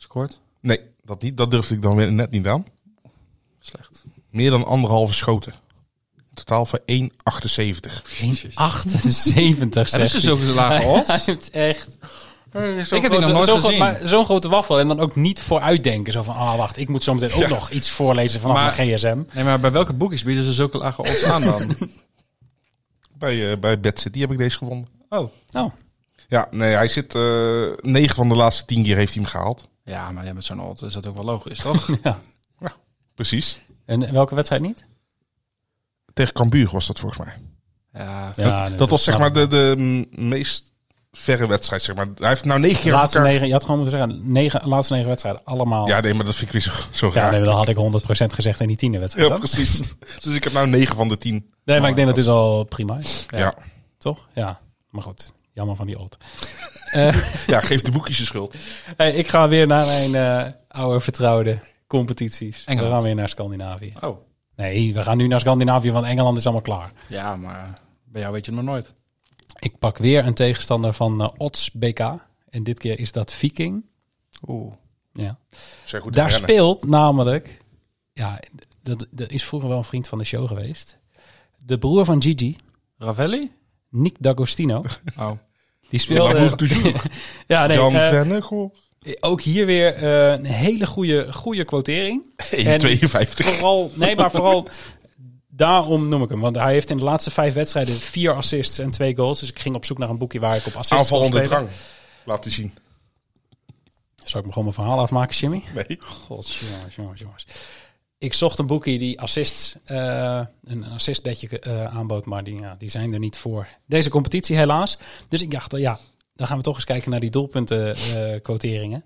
Speaker 4: Scoort?
Speaker 6: Nee, dat niet. Dat durfde ik dan weer net niet aan.
Speaker 4: Slecht.
Speaker 6: Meer dan 1,5 schoten. In totaal voor 1,78.
Speaker 1: 78,
Speaker 4: Hebben ze zulke lage odds?
Speaker 1: Hij heeft echt...
Speaker 4: Ik heb die nog nooit gezien.
Speaker 1: Maar zo'n grote waffel en dan ook niet vooruitdenken. Zo van, wacht, ik moet zo meteen ook nog iets voorlezen vanaf mijn gsm.
Speaker 4: Nee, maar bij welke boekjes bieden ze zulke lage odds aan dan?
Speaker 6: Bij Bad City heb ik deze gevonden.
Speaker 1: Oh.
Speaker 6: Ja, nee, hij zit... 9 van de laatste 10 keer heeft hij hem gehaald.
Speaker 4: Ja, maar met zo'n odds is dat ook wel logisch, toch?
Speaker 1: Ja.
Speaker 6: Precies.
Speaker 1: En welke wedstrijd niet?
Speaker 6: Tegen Cambuur was dat volgens mij.
Speaker 4: Ja,
Speaker 1: Nee,
Speaker 6: dat was zeg maar de meest verre wedstrijd, zeg maar. Hij heeft nou 9 keer
Speaker 1: laatste
Speaker 6: elkaar...
Speaker 1: 9, je had gewoon moeten zeggen, laatste 9 wedstrijden, allemaal.
Speaker 6: Ja, nee, maar dat vind ik weer zo
Speaker 1: Ja,
Speaker 6: raar.
Speaker 1: nee, dan had ik 100% gezegd in die 10e wedstrijd.
Speaker 6: Ja,
Speaker 1: dan.
Speaker 6: precies. Dus ik heb nou 9 van de 10.
Speaker 1: Nee, maar ik denk dat dit al prima is.
Speaker 6: Ja.
Speaker 1: Toch? Ja. Maar goed, jammer van die odd.
Speaker 6: Ja, geef de boekjes de schuld.
Speaker 1: Hey, ik ga weer naar mijn oude vertrouwde competities.
Speaker 4: Engeland.
Speaker 1: We gaan weer naar Scandinavië.
Speaker 4: Oh.
Speaker 1: Nee, we gaan nu naar Scandinavië, want Engeland is allemaal klaar.
Speaker 4: Ja, maar bij jou weet je het nog nooit.
Speaker 1: Ik pak weer een tegenstander van Odds BK. En dit keer is dat Viking.
Speaker 4: Oeh.
Speaker 1: Ja.
Speaker 6: Zeg goed
Speaker 1: Daar
Speaker 6: rennen.
Speaker 1: speelt namelijk... Ja, dat is vroeger wel een vriend van de show geweest. De broer van Gigi,
Speaker 4: Ravelli?
Speaker 1: Nick D'Agostino.
Speaker 4: Oh.
Speaker 1: Die speelde...
Speaker 6: Maar toujours.
Speaker 1: ja, nee,
Speaker 6: Jan Vennegoor.
Speaker 1: ook hier weer een hele goede quotering.
Speaker 6: 1,52.
Speaker 1: Vooral daarom noem ik hem. Want hij heeft in de laatste 5 wedstrijden 4 assists en 2 goals. Dus ik ging op zoek naar een boekje waar ik op assists kon
Speaker 6: Aanvallende
Speaker 1: spelen.
Speaker 6: drang. Laat die zien.
Speaker 1: Zal ik me gewoon mijn verhaal afmaken, Jimmy?
Speaker 6: Nee.
Speaker 1: God, jongens. Ik zocht een boekje die assists, een assistbedje aanbood. Maar die zijn er niet voor deze competitie helaas. Dus ik dacht, dan gaan we toch eens kijken naar die doelpunten-quoteringen.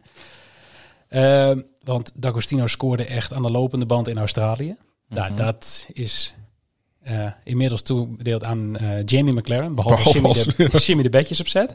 Speaker 1: Want D'Agostino scoorde echt aan de lopende band in Australië. Nou, dat is inmiddels toebedeeld aan Jamie McLaren. Behalve Jimmy de bedjes opzet.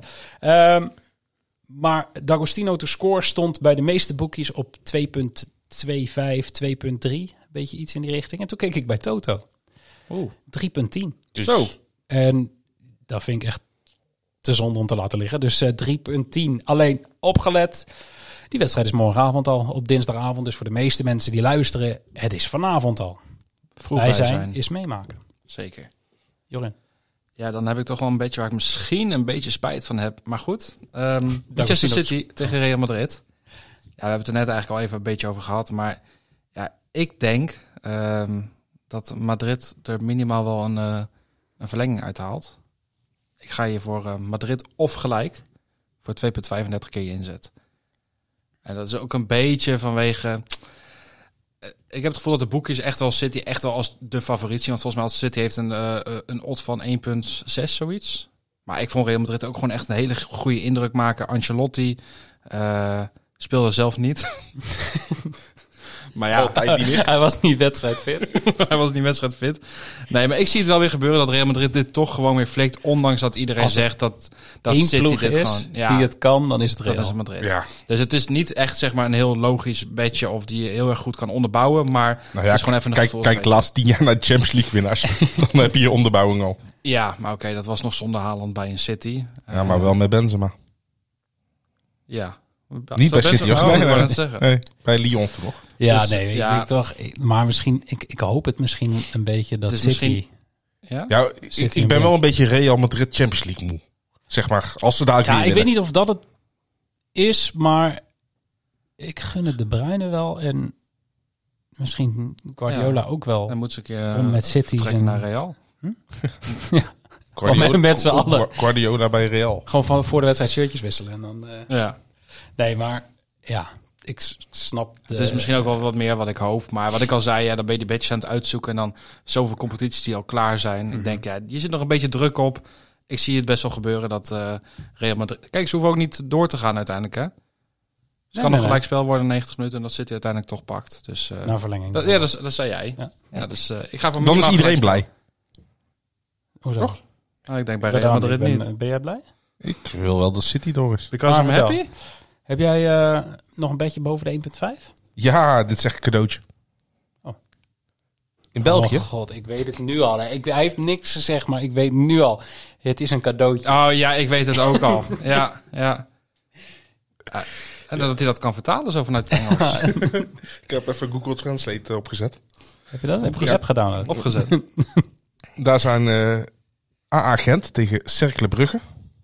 Speaker 1: Maar D'Agostino to score stond bij de meeste boekjes op 2,25, 2,3. Beetje iets in die richting. En toen keek ik bij Toto. 3,10.
Speaker 6: Dus,
Speaker 4: Zo.
Speaker 1: En dat vind ik echt te zonde om te laten liggen. Dus 3,10. Alleen opgelet. Die wedstrijd is morgenavond al. Op dinsdagavond. Dus voor de meeste mensen die luisteren. Het is vanavond al.
Speaker 4: Vroeg
Speaker 1: Wij
Speaker 4: bij
Speaker 1: zijn is meemaken.
Speaker 4: Zeker.
Speaker 1: Jorin.
Speaker 4: Ja, dan heb ik toch wel een beetje waar ik misschien een beetje spijt van heb. Maar goed. Manchester City tegen Real Madrid. Ja, we hebben het er net eigenlijk al even een beetje over gehad. Maar ja, ik denk dat Madrid er minimaal wel een verlenging uithaalt. Ik ga hier voor Madrid of gelijk. Voor 2,35 keer je inzet. En dat is ook een beetje vanwege... Ik heb het gevoel dat de boekjes echt wel City echt wel als de favoriet zien. Want volgens mij had City heeft een odd van 1,6 zoiets. Maar ik vond Real Madrid ook gewoon echt een hele goede indruk maken. Ancelotti speelde zelf niet. Maar ja,
Speaker 6: Altijd niet meer.
Speaker 1: Hij was niet wedstrijdfit.
Speaker 4: hij was niet wedstrijdfit. Nee, maar ik zie het wel weer gebeuren dat Real Madrid dit toch gewoon weer flikt. Ondanks dat iedereen
Speaker 1: Als
Speaker 4: zegt dat
Speaker 1: Eén
Speaker 4: City
Speaker 1: ploeg
Speaker 4: dit
Speaker 1: is
Speaker 4: gewoon... Ja,
Speaker 1: die het kan, dan is het Real.
Speaker 4: dat is Madrid.
Speaker 6: Ja.
Speaker 4: Dus het is niet echt zeg maar een heel logisch bedje of die je heel erg goed kan onderbouwen. Maar
Speaker 6: Nou
Speaker 4: het is gewoon even een
Speaker 6: kijk de
Speaker 4: gevoelsbedje.
Speaker 6: laatste 10 jaar naar de Champions League winnaars. Dan heb je je onderbouwing al.
Speaker 4: Ja, maar oké, dat was nog zonder Haaland bij een City.
Speaker 6: Ja, maar wel met Benzema.
Speaker 4: Ja.
Speaker 6: Niet bij City,
Speaker 4: of
Speaker 6: of?
Speaker 4: nee,
Speaker 6: Nee.
Speaker 4: nee.
Speaker 6: Bij Lyon toen nog.
Speaker 1: Ja,
Speaker 4: Dus,
Speaker 1: nee,
Speaker 4: ja.
Speaker 1: ik toch. Maar misschien, ik hoop het misschien een beetje dat
Speaker 4: Het is
Speaker 1: City.
Speaker 4: misschien- Ja?
Speaker 6: Ja, ik ben wel een beetje Real Madrid Champions League moe. Zeg maar, als ze daar
Speaker 1: Ja, ik weet niet of dat het is, maar ik gun het De Bruyne wel en misschien Guardiola ook wel.
Speaker 4: Dan moet ze een keer
Speaker 1: Om met City
Speaker 4: vertrekken
Speaker 1: zijn-
Speaker 4: naar Real.
Speaker 1: Met z'n allen.
Speaker 6: Guardiola bij Real.
Speaker 1: Gewoon van voor de wedstrijd shirtjes wisselen. En dan,
Speaker 4: Ja.
Speaker 1: nee, maar ja, ik snap.
Speaker 4: Het is misschien ook wel wat meer wat ik hoop. Maar wat ik al zei, ja, dan ben je die bedjes aan het uitzoeken. En dan zoveel competities die al klaar zijn. Ik denk, ja, je zit nog een beetje druk op. Ik zie het best wel gebeuren dat Real Madrid... Kijk, ze hoeven ook niet door te gaan uiteindelijk, hè? Het kan nog
Speaker 1: nee.
Speaker 4: gelijk spel worden in 90 minuten. En dat City uiteindelijk toch pakt. Dus,
Speaker 1: naar verlenging.
Speaker 4: ja, dat zei jij.
Speaker 1: Ja.
Speaker 4: Ja, dus ik ga voor
Speaker 6: Dan is
Speaker 4: minimaal
Speaker 6: iedereen
Speaker 4: gelijk
Speaker 6: blij.
Speaker 1: Hoezo?
Speaker 6: Toch?
Speaker 4: spel. Ik denk bij
Speaker 1: Gedaan,
Speaker 4: Real Madrid
Speaker 1: ik ben,
Speaker 4: niet.
Speaker 1: Ben jij blij?
Speaker 6: Ik wil wel dat City door is.
Speaker 4: Because I'm
Speaker 1: vertel.
Speaker 4: happy?
Speaker 1: Heb jij nog een beetje boven de 1,5?
Speaker 6: Ja, dit is echt een cadeautje.
Speaker 1: Oh.
Speaker 6: In België?
Speaker 1: Oh god, ik weet het nu al. Hè. Hij heeft niks gezegd, maar ik weet nu al. Het is een cadeautje.
Speaker 4: Oh ja, ik weet het ook al. Ja. En dat hij dat kan vertalen zo vanuit het Engels.
Speaker 6: Ik heb even Google Translate opgezet.
Speaker 1: Heb je dat? Heb je die app gedaan?
Speaker 4: Opgezet.
Speaker 6: Daar zijn AA Gent tegen Cercle Brugge.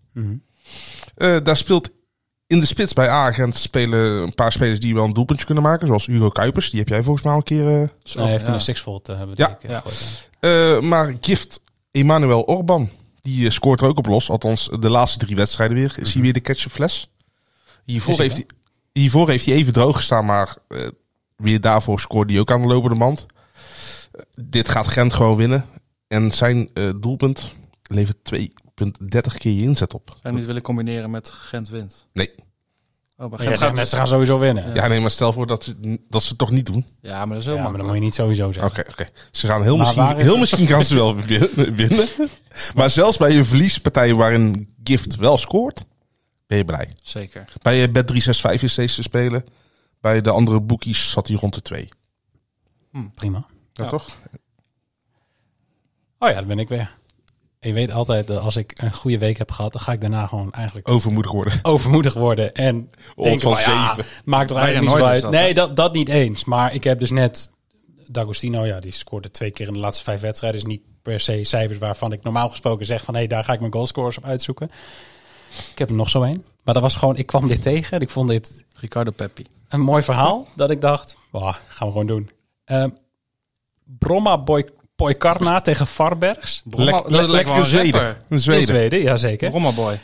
Speaker 6: Daar speelt in de spits bij AA Gent spelen een paar spelers die wel een doelpuntje kunnen maken. Zoals Hugo Kuipers. Die heb jij volgens mij al een keer...
Speaker 1: Nee, hij heeft in de Sixfold hebben we
Speaker 6: gegooid. Maar Gift Emmanuel Orban, die scoort er ook op los. Althans, de laatste 3 wedstrijden weer. Is hij weer de ketchupfles. Hiervoor heeft hij even droog gestaan, maar weer daarvoor scoorde hij ook aan de lopende band. Dit gaat Gent gewoon winnen. En zijn doelpunt levert 2,30 keer je inzet op.
Speaker 4: Zou je niet willen combineren met Gent wint?
Speaker 6: Nee.
Speaker 4: Oh, maar
Speaker 1: Gent gaat, ze gaan sowieso winnen.
Speaker 6: Ja, nee, maar stel voor dat ze het toch niet doen.
Speaker 4: Ja, maar dat is heel
Speaker 1: maar dan moet je niet sowieso zeggen.
Speaker 6: Oké. Ze gaan heel misschien gaan ze wel winnen. Maar zelfs bij een verliespartij waarin Gift wel scoort, ben je blij.
Speaker 4: Zeker.
Speaker 6: Bij Bet365 is deze te spelen. Bij de andere boekies zat hij rond de 2.
Speaker 1: Prima.
Speaker 6: Ja, toch?
Speaker 1: Oh ja, dan ben ik weer. En je weet altijd dat als ik een goede week heb gehad, dan ga ik daarna gewoon eigenlijk overmoedig worden. En denken van, maakt toch eigenlijk niet zo uit. Nee, dat niet eens. Maar ik heb dus net D'Agostino, die scoorde 2 keer in de laatste 5 wedstrijden. Is niet per se cijfers waarvan ik normaal gesproken zeg van, daar ga ik mijn goalscorers op uitzoeken. Ik heb er nog zo een. Maar dat was gewoon, ik kwam dit tegen en ik vond dit
Speaker 4: Ricardo Pepi
Speaker 1: een mooi verhaal. Dat ik dacht, gaan we gewoon doen. Bromma Poikarna tegen Varbergs.
Speaker 6: Lekker Zweden.
Speaker 1: Zweden, ja zeker.
Speaker 4: Bromma Boy.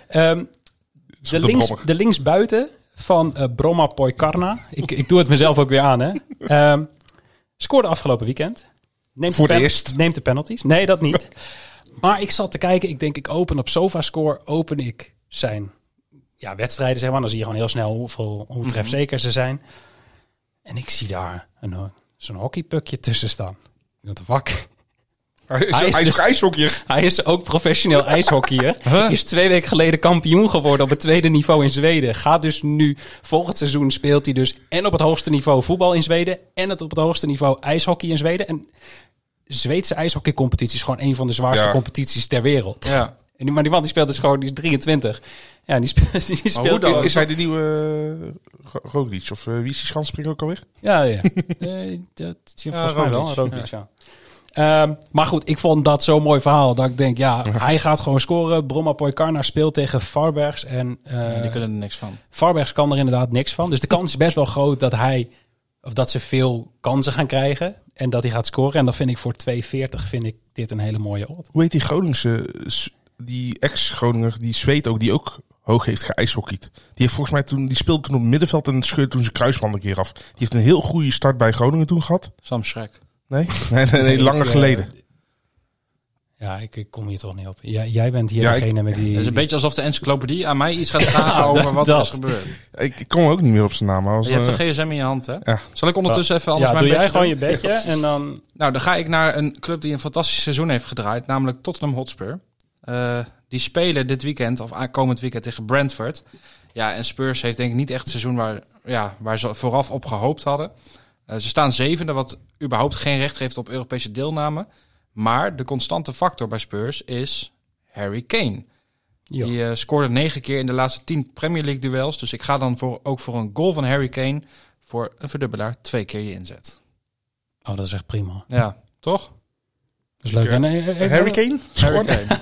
Speaker 1: De linksbuiten van Bromma Poikarna. Ik doe het mezelf ook weer aan. Hè. Scoorde afgelopen weekend. Neemt de penalties. Nee, dat niet. Maar ik zat te kijken. Ik denk, ik open op SofaScore. Open ik zijn wedstrijden. Zeg maar. Dan zie je gewoon heel snel hoe trefzeker ze zijn. En ik zie daar zo'n hockeypukje tussen staan. What the fuck?
Speaker 6: Hij is ook ijshockeyer.
Speaker 1: Hij is ook professioneel ijshockeyer. Is 2 weken geleden kampioen geworden op het 2e niveau in Zweden. Gaat dus nu, volgend seizoen speelt hij dus en op het hoogste niveau voetbal in Zweden en op het hoogste niveau ijshockey in Zweden. En de Zweedse ijshockeycompetitie is gewoon een van de zwaarste competities ter wereld. Ja. Maar die man die speelt dus gewoon, die is 23. Ja, die speelt
Speaker 6: dan? Is hij de nieuwe Roglic? Of wie is die schansspringer ook alweer?
Speaker 1: Ja. Dat volgens mij wel, Roglic, ja. Maar goed, ik vond dat zo'n mooi verhaal. Dat ik denk, hij gaat gewoon scoren. Bromma Poikarna speelt tegen Varbergs. En
Speaker 4: die kunnen er niks van.
Speaker 1: Varbergs kan er inderdaad niks van. Dus de kans is best wel groot dat ze veel kansen gaan krijgen. En dat hij gaat scoren. En dan vind ik voor 2,40 vind ik dit een hele mooie odd.
Speaker 6: Hoe heet die Groningse, die ex-Groninger, die Zweed ook, die ook hoog heeft geijshockeyd. Die heeft volgens mij die speelde toen op het middenveld en scheurde toen zijn kruisband een keer af. Die heeft een heel goede start bij Groningen toen gehad.
Speaker 4: Sam Schrek.
Speaker 6: Nee, langer geleden.
Speaker 1: Ja, ik kom hier toch niet op. Jij bent hier degene met die...
Speaker 4: Het is een beetje alsof de encyclopedie aan mij iets gaat vragen over wat er is gebeurd.
Speaker 6: Ik kom ook niet meer op zijn naam. Maar
Speaker 4: je hebt een gsm in je hand, hè? Ja. Zal ik ondertussen even anders
Speaker 1: doe jij gewoon je bedje en dan...
Speaker 4: Nou, dan ga ik naar een club die een fantastisch seizoen heeft gedraaid, namelijk Tottenham Hotspur. Die spelen dit weekend, of komend weekend, tegen Brentford. Ja, en Spurs heeft denk ik niet echt het seizoen waar ze vooraf op gehoopt hadden. Ze staan 7e, wat überhaupt geen recht geeft op Europese deelname. Maar de constante factor bij Spurs is Harry Kane. Jo. Die scoorde 9 keer in de laatste 10 Premier League duels. Dus ik ga dan ook voor een goal van Harry Kane voor een verdubbelaar 2 keer je inzet.
Speaker 1: Oh, dat is echt prima.
Speaker 4: Ja, toch?
Speaker 1: Dat is leuk.
Speaker 6: Harry Kane?
Speaker 4: Harry Kane.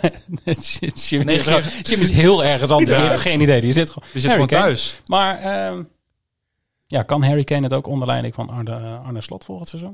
Speaker 1: Jim is heel ergens anders. Die heeft geen idee. Die zit
Speaker 4: gewoon thuis.
Speaker 1: Maar kan Harry Kane het ook onder leiding van Arne Slot volgend seizoen?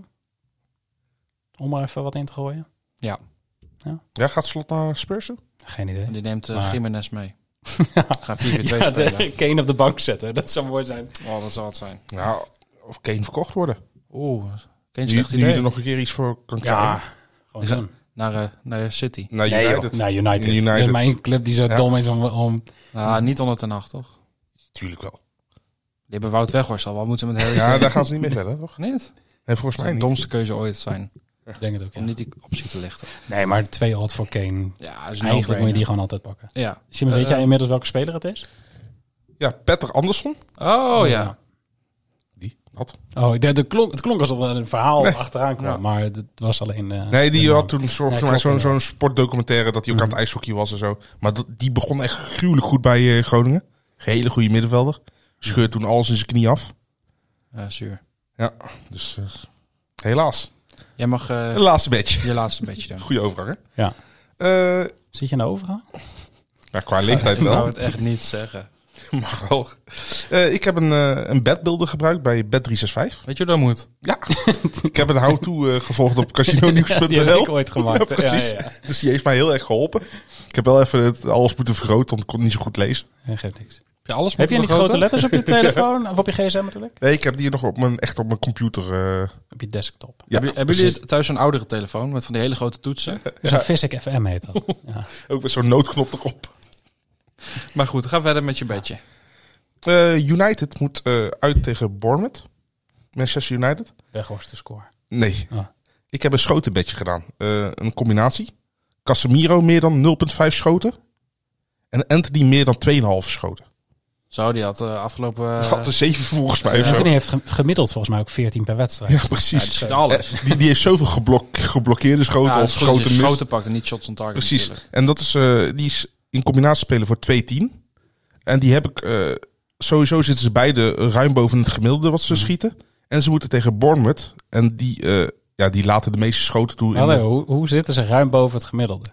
Speaker 1: Om maar even wat in te gooien.
Speaker 4: Ja.
Speaker 6: Gaat Slot naar Spurs doen?
Speaker 1: Geen idee.
Speaker 4: Die neemt Jiménez mee. Gaan 4-2 spelen.
Speaker 1: Kane op de bank zetten. Dat zou mooi zijn.
Speaker 4: Oh, dat zou het zijn.
Speaker 6: Nou, of Kane verkocht worden.
Speaker 4: Kane slecht idee.
Speaker 6: Nu je er nog een keer iets voor kan krijgen.
Speaker 4: Gewoon doen. Naar City.
Speaker 6: Naar United.
Speaker 1: Naar United. Dat is mijn club die zo dom is om...
Speaker 4: niet onder Ten Hag, toch?
Speaker 6: Tuurlijk wel.
Speaker 4: Die hebben Wout Weghorst al. Wat moeten ze met Harry
Speaker 6: Kane? Daar gaan ze niet mee verder, toch?
Speaker 4: Niet?
Speaker 6: Nee, volgens mij niet.
Speaker 4: De domste keuze ooit zijn.
Speaker 1: Ik denk het ook,
Speaker 4: om niet die optie te lichten.
Speaker 1: Nee, maar 2 odd voor Kane.
Speaker 4: Ja, is
Speaker 1: eigenlijk moet je die gewoon altijd pakken.
Speaker 4: Ja.
Speaker 1: Simon, weet jij inmiddels welke speler het is?
Speaker 6: Ja, Petter Andersson.
Speaker 4: Oh ja.
Speaker 6: Die had.
Speaker 1: Oh, het klonk alsof er een verhaal achteraan kwam, maar het was alleen...
Speaker 6: die had toen zo'n sportdocumentaire dat hij ook aan het ijshockey was en zo. Maar die begon echt gruwelijk goed bij Groningen. Hele goede middenvelder. Scheurt toen alles in zijn knie af.
Speaker 4: Zuur.
Speaker 6: Ja, dus helaas.
Speaker 4: Jij mag
Speaker 6: Een laatste badge.
Speaker 4: je laatste beetje doen.
Speaker 6: Goeie overgang, hè?
Speaker 1: Ja. Zit je aan de overgang?
Speaker 6: Ja, qua leeftijd
Speaker 4: Ik wou
Speaker 6: wel.
Speaker 4: het echt niet zeggen.
Speaker 6: Mag wel. Ik heb een bedbuilder gebruikt bij Bet365.
Speaker 4: Weet je hoe dat moet?
Speaker 6: Ja, ik heb een how-to gevolgd op casinonews.nl.
Speaker 1: Die heb ik ooit gemaakt.
Speaker 6: Ja, precies.
Speaker 1: Ja.
Speaker 6: Dus die heeft mij heel erg geholpen. Ik heb wel even alles moeten vergroten, want ik kon niet zo goed lezen.
Speaker 1: Geeft niks.
Speaker 4: Heb je alles
Speaker 1: Heb je
Speaker 4: moeten
Speaker 1: niet grote
Speaker 4: vergroten?
Speaker 1: letters op je telefoon? Of op je gsm natuurlijk?
Speaker 6: Nee, ik heb die hier nog echt op mijn computer.
Speaker 1: Op je desktop.
Speaker 6: Ja,
Speaker 4: Hebben jullie thuis een oudere telefoon met van die hele grote toetsen?
Speaker 1: Dus een Physic FM heet dat. Ja.
Speaker 6: ook met zo'n noodknop erop.
Speaker 4: Maar goed, ga verder met je bedje.
Speaker 6: United moet uit tegen Bournemouth. Manchester United.
Speaker 1: Weghorst de score.
Speaker 6: Nee.
Speaker 1: Ah.
Speaker 6: Ik heb een schotenbedje gedaan. Een combinatie. Casemiro meer dan 0,5 schoten. En Anthony meer dan 2,5 schoten.
Speaker 4: Zo, die had afgelopen...
Speaker 6: Had er 7 volgens mij. of zo.
Speaker 1: Anthony heeft gemiddeld volgens mij ook 14 per wedstrijd.
Speaker 6: Ja, precies.
Speaker 4: die schiet alles.
Speaker 6: Die heeft zoveel geblokkeerde schoten
Speaker 4: Ja,
Speaker 6: of schoten mis.
Speaker 4: schoten pakt en niet shots on target.
Speaker 6: Precies.
Speaker 4: natuurlijk.
Speaker 6: En dat is, die is in combinatie spelen voor 2-10. En die heb ik... sowieso zitten ze beide ruim boven het gemiddelde wat ze schieten. En ze moeten tegen Bournemouth. En die laten de meeste schoten toe. in
Speaker 1: Hallo,
Speaker 6: de-
Speaker 1: hoe zitten ze ruim boven het gemiddelde?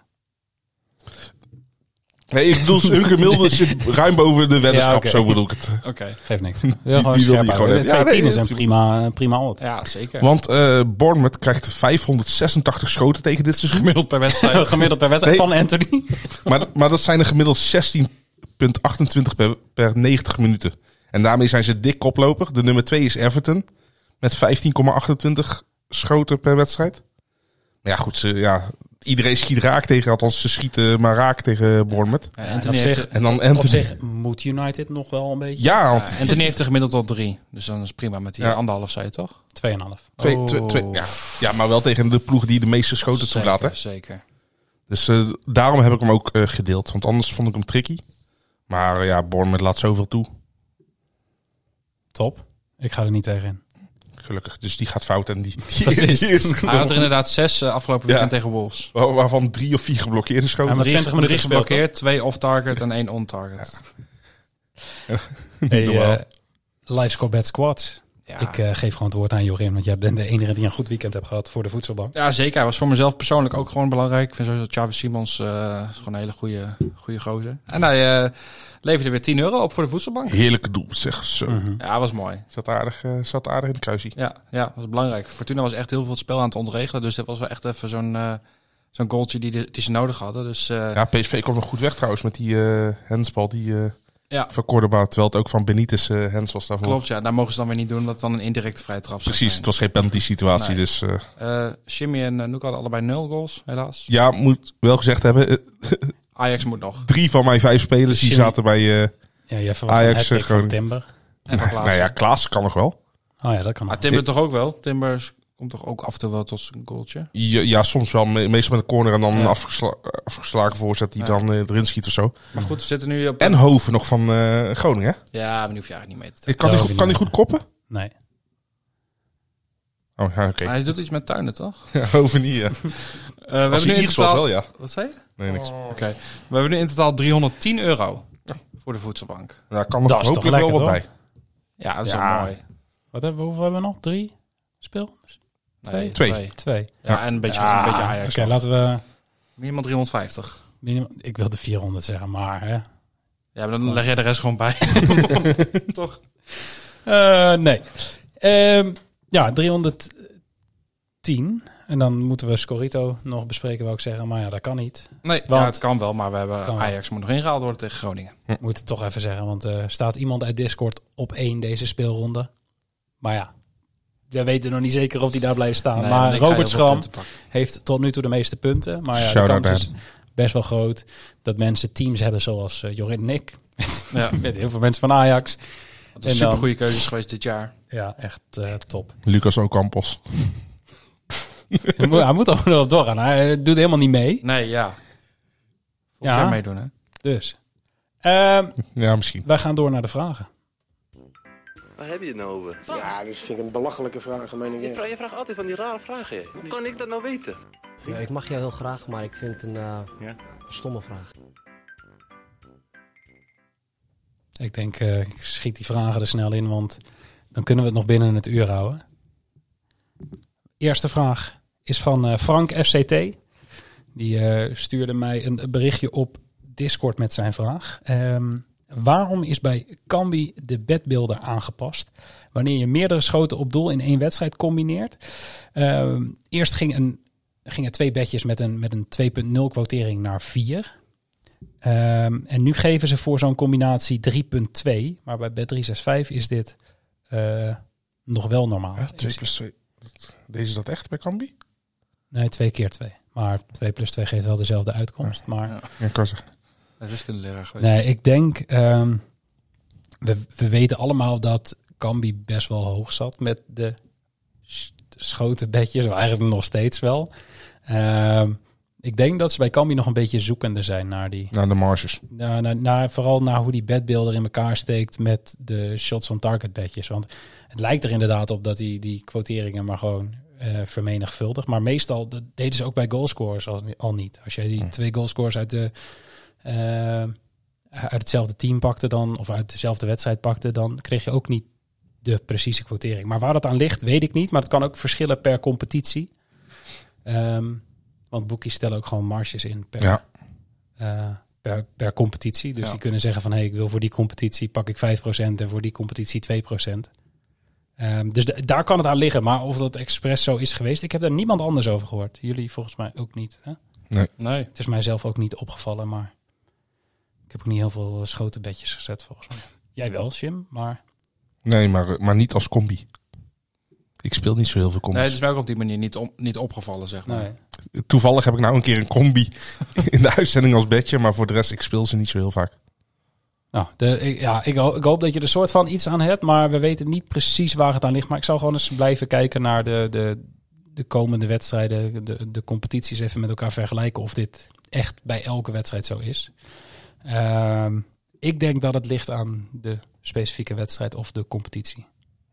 Speaker 6: Nee, ik bedoel, hun gemiddelde zit ruim boven de weddenschap.
Speaker 1: Ja, oké.
Speaker 6: Zo bedoel ik het.
Speaker 4: Oké.
Speaker 1: Geeft niks.
Speaker 6: die wilde je gewoon hebben. Ja,
Speaker 1: 2-10
Speaker 6: nee,
Speaker 1: is een prima odd.
Speaker 4: Ja, zeker.
Speaker 6: Want Bournemouth krijgt 586 schoten tegen dit seizoen.
Speaker 4: Gemiddeld per wedstrijd.
Speaker 1: Gemiddeld per wedstrijd
Speaker 6: Nee.
Speaker 1: van Anthony.
Speaker 6: Maar dat zijn er gemiddeld 16,28 per 90 minuten. En daarmee zijn ze dik koploper. De nummer 2 is Everton. Met 15,28 schoten per wedstrijd. Maar ja, goed. Iedereen schiet raak tegen. Althans, ze schieten maar raak tegen Bournemouth.
Speaker 4: Ja, Anthony,
Speaker 1: op
Speaker 4: heeft,
Speaker 1: zich-
Speaker 6: En dan
Speaker 1: Op
Speaker 6: Anthony.
Speaker 1: zich moet United nog wel een beetje.
Speaker 6: Ja,
Speaker 4: ja,
Speaker 6: want
Speaker 4: Anthony heeft er gemiddeld al 3. Dus dan is het prima met die
Speaker 6: Ja.
Speaker 4: 1,5, zei je toch?
Speaker 1: 2,5.
Speaker 6: twee, ja, maar wel tegen de ploeg die de meeste schoten toelaat. Hè?
Speaker 4: Zeker.
Speaker 6: Dus daarom heb ik hem ook gedeeld. Want anders vond ik hem tricky. Maar ja, Bournemouth laat zoveel toe.
Speaker 1: Top. Ik ga er niet tegen in.
Speaker 6: Gelukkig. Dus die gaat fout. En die
Speaker 1: Precies.
Speaker 6: die is
Speaker 4: Hij had er inderdaad 6 afgelopen weekend tegen Wolves.
Speaker 6: waarvan 3 of 4 geblokkeerde schoten.
Speaker 1: Ja, maar 20 minuten
Speaker 4: 3
Speaker 1: gespeeld,
Speaker 4: geblokkeerd, 2 off-target en 1 on-target.
Speaker 1: Hey, Livescore Bet Squads.
Speaker 4: Ja.
Speaker 1: Ik geef gewoon het woord aan Jorim. Want jij bent de enige die een goed weekend hebt gehad voor de voedselbank.
Speaker 4: Ja, zeker. Hij was voor mezelf persoonlijk ook gewoon belangrijk. Ik vind sowieso Xavi Simons gewoon een hele goede gozer. En hij leverde weer €10 op voor de voedselbank.
Speaker 6: Heerlijke doel, zeg. Zo.
Speaker 4: Ja, was mooi.
Speaker 6: Zat aardig in de kruisie.
Speaker 4: Ja, was belangrijk. Fortuna was echt heel veel het spel aan het ontregelen. Dus dit was wel echt even zo'n goaltje die ze nodig hadden. Dus
Speaker 6: Ja, PSV komt nog goed weg trouwens met die handsbal die
Speaker 4: ja,
Speaker 6: van Cordoba. Terwijl het ook van Benitez hands was daarvoor.
Speaker 4: klopt. Ja, daar mogen ze dan weer niet doen. Dat dan een indirecte vrije trap zou
Speaker 6: Precies, het
Speaker 4: zijn.
Speaker 6: was geen penalty situatie.
Speaker 4: Nee.
Speaker 6: Dus
Speaker 4: Shimmy en Noek hadden allebei 0 goals, helaas.
Speaker 6: ja, moet wel gezegd hebben.
Speaker 4: Ajax moet nog.
Speaker 6: 3 van mijn 5 spelers die
Speaker 1: Jimmy.
Speaker 6: zaten bij...
Speaker 1: Ja, je hebt verwacht
Speaker 6: Ajax,
Speaker 1: een hat-trick van
Speaker 6: Groningen.
Speaker 1: Timber.
Speaker 4: En van Klaassen.
Speaker 6: nou ja, Klaas kan nog wel.
Speaker 1: Oh ja, dat kan
Speaker 4: Maar
Speaker 1: nog.
Speaker 4: Timber toch ook wel? Timber komt toch ook af en toe wel tot zijn goaltje?
Speaker 6: Ja, soms wel. Meestal met een corner en dan
Speaker 4: Ja.
Speaker 6: een afgeslagen voorzet die
Speaker 4: Ja.
Speaker 6: dan erin schiet of zo.
Speaker 4: Maar goed, we zitten nu op...
Speaker 6: En Hoven nog van Groningen, hè?
Speaker 4: Ja, maar nu hoef je eigenlijk niet mee te trekken.
Speaker 6: Kan
Speaker 1: Ja,
Speaker 6: hij
Speaker 1: die
Speaker 6: goed koppen?
Speaker 1: Nee.
Speaker 6: Oh, ja, oké.
Speaker 4: Hij doet iets met tuinen, toch?
Speaker 6: Hoven niet, ja.
Speaker 4: we hebben
Speaker 6: Als
Speaker 4: nu
Speaker 6: hij
Speaker 4: in
Speaker 6: Iers was
Speaker 4: totaal...
Speaker 6: wel, ja.
Speaker 4: Wat zei je?
Speaker 6: Nee, niks.
Speaker 4: Oké. We hebben nu in totaal €310 voor de voedselbank.
Speaker 6: Daar kan nog
Speaker 1: Dat is toch
Speaker 6: hopelijk wel wat
Speaker 1: lekker,
Speaker 6: bij.
Speaker 4: Ja, dat is
Speaker 1: Ja.
Speaker 4: wel mooi.
Speaker 1: Hoeveel hebben we nog? 3 speel?
Speaker 4: Nee,
Speaker 6: Twee.
Speaker 1: 2.
Speaker 4: Ja, en een beetje Ajax.
Speaker 1: Oké, laten we...
Speaker 4: Minimaal 350.
Speaker 1: Ik wilde 400 zeggen, maar... Hè?
Speaker 4: Ja, maar dan leg jij de rest gewoon bij. Toch?
Speaker 1: Nee. Ja, 310. En dan moeten we Scorito nog bespreken, wou ik zeggen. Maar ja, dat kan niet.
Speaker 4: Nee,
Speaker 1: Want-
Speaker 4: ja, het kan wel, maar we hebben
Speaker 1: Kan wel.
Speaker 4: Ajax moet nog ingehaald worden tegen Groningen.
Speaker 1: Moet het toch even zeggen, want staat iemand uit Discord op 1 deze speelronde? Maar ja, we weten nog niet zeker of die daar blijft staan.
Speaker 4: Nee,
Speaker 1: maar
Speaker 4: ik ga
Speaker 1: Robert
Speaker 4: heel veel
Speaker 1: Schram
Speaker 4: punten pakken.
Speaker 1: heeft tot nu toe de meeste punten. Maar ja, de
Speaker 6: Shout-out
Speaker 1: kans is best wel groot dat mensen teams hebben zoals Jorrit en ik.
Speaker 4: Ja,
Speaker 1: Met heel veel mensen van Ajax.
Speaker 4: dat
Speaker 1: En
Speaker 4: is
Speaker 1: dan-
Speaker 4: super goede keuzes geweest dit jaar.
Speaker 1: Ja, echt top.
Speaker 6: Lucas Ocampos.
Speaker 1: Hij moet er nog doorgaan. Hij doet helemaal niet mee.
Speaker 4: Nee, ja. Volgend
Speaker 1: Ja.
Speaker 4: jaar meedoen, hè?
Speaker 1: Dus
Speaker 6: Ja, misschien.
Speaker 1: wij gaan door naar de vragen.
Speaker 3: Waar heb je het nou over?
Speaker 9: Ja, dus vind ik een belachelijke vraag, meen ik.
Speaker 3: Je vraagt altijd van die rare vragen. Hoe kan ik dat nou weten?
Speaker 10: Ja, ik mag jou heel graag, maar ik vind het een stomme vraag.
Speaker 1: Ik denk, ik schiet die vragen er snel in, want dan kunnen we het nog binnen het uur houden. Eerste vraag is van Frank FCT. Die stuurde mij een berichtje op Discord met zijn vraag. Waarom is bij Cambi de bedbuilder aangepast wanneer je meerdere schoten op doel in 1 wedstrijd combineert? Eerst gingen 2 bedjes met een 2.0 quotering naar 4. En nu geven ze voor zo'n combinatie 3.2. Maar bij Bet365 is dit nog wel normaal.
Speaker 6: Ja, 2 plus 2. Deze dat echt bij Cambi?
Speaker 1: Nee, 2 keer 2. Maar 2 plus 2 geeft wel dezelfde uitkomst.
Speaker 6: Ja.
Speaker 1: Maar
Speaker 6: Ja, kan zeggen.
Speaker 4: Dat is wiskundeleraar geweest.
Speaker 1: nee, ik denk... we weten allemaal dat Cambi best wel hoog zat met de schoten bedjes. Eigenlijk nog steeds wel. Ik denk dat ze bij Cambi nog een beetje zoekende zijn naar die...
Speaker 6: Naar de marges.
Speaker 1: Vooral naar hoe die bedbuilder in elkaar steekt met de shots on target bedjes. Want het lijkt er inderdaad op dat die quoteringen maar gewoon vermenigvuldigt. Maar meestal dat deden ze ook bij goalscorers al niet. Als jij die 2 goalscorers uit hetzelfde team pakte dan, of uit dezelfde wedstrijd pakte, dan kreeg je ook niet de precieze quotering. Maar waar dat aan ligt, weet ik niet. Maar het kan ook verschillen per competitie. Want boekjes stellen ook gewoon marges in per competitie. Dus die kunnen zeggen van, hey, ik wil voor die competitie pak ik 5% en voor die competitie 2%. Dus daar kan het aan liggen. Maar of dat expres zo is geweest, ik heb daar niemand anders over gehoord. Jullie volgens mij ook niet. Hè?
Speaker 4: Nee.
Speaker 1: Het is mijzelf ook niet opgevallen, maar ik heb ook niet heel veel schoten bedjes gezet volgens mij. Jij wel, Jim, maar...
Speaker 6: Nee, maar niet als combi. Ik speel niet zo heel veel combis.
Speaker 4: Nee, het is mij ook op die manier niet opgevallen, zeg maar.
Speaker 1: Nee.
Speaker 6: Toevallig heb ik nou een keer een combi in de uitzending als bedje, maar voor de rest, ik speel ze niet zo heel vaak.
Speaker 1: Nou, ik hoop dat je er soort van iets aan hebt, maar we weten niet precies waar het aan ligt. Maar ik zou gewoon eens blijven kijken naar de komende wedstrijden, de competities even met elkaar vergelijken of dit echt bij elke wedstrijd zo is. Ik denk dat het ligt aan de specifieke wedstrijd of de competitie.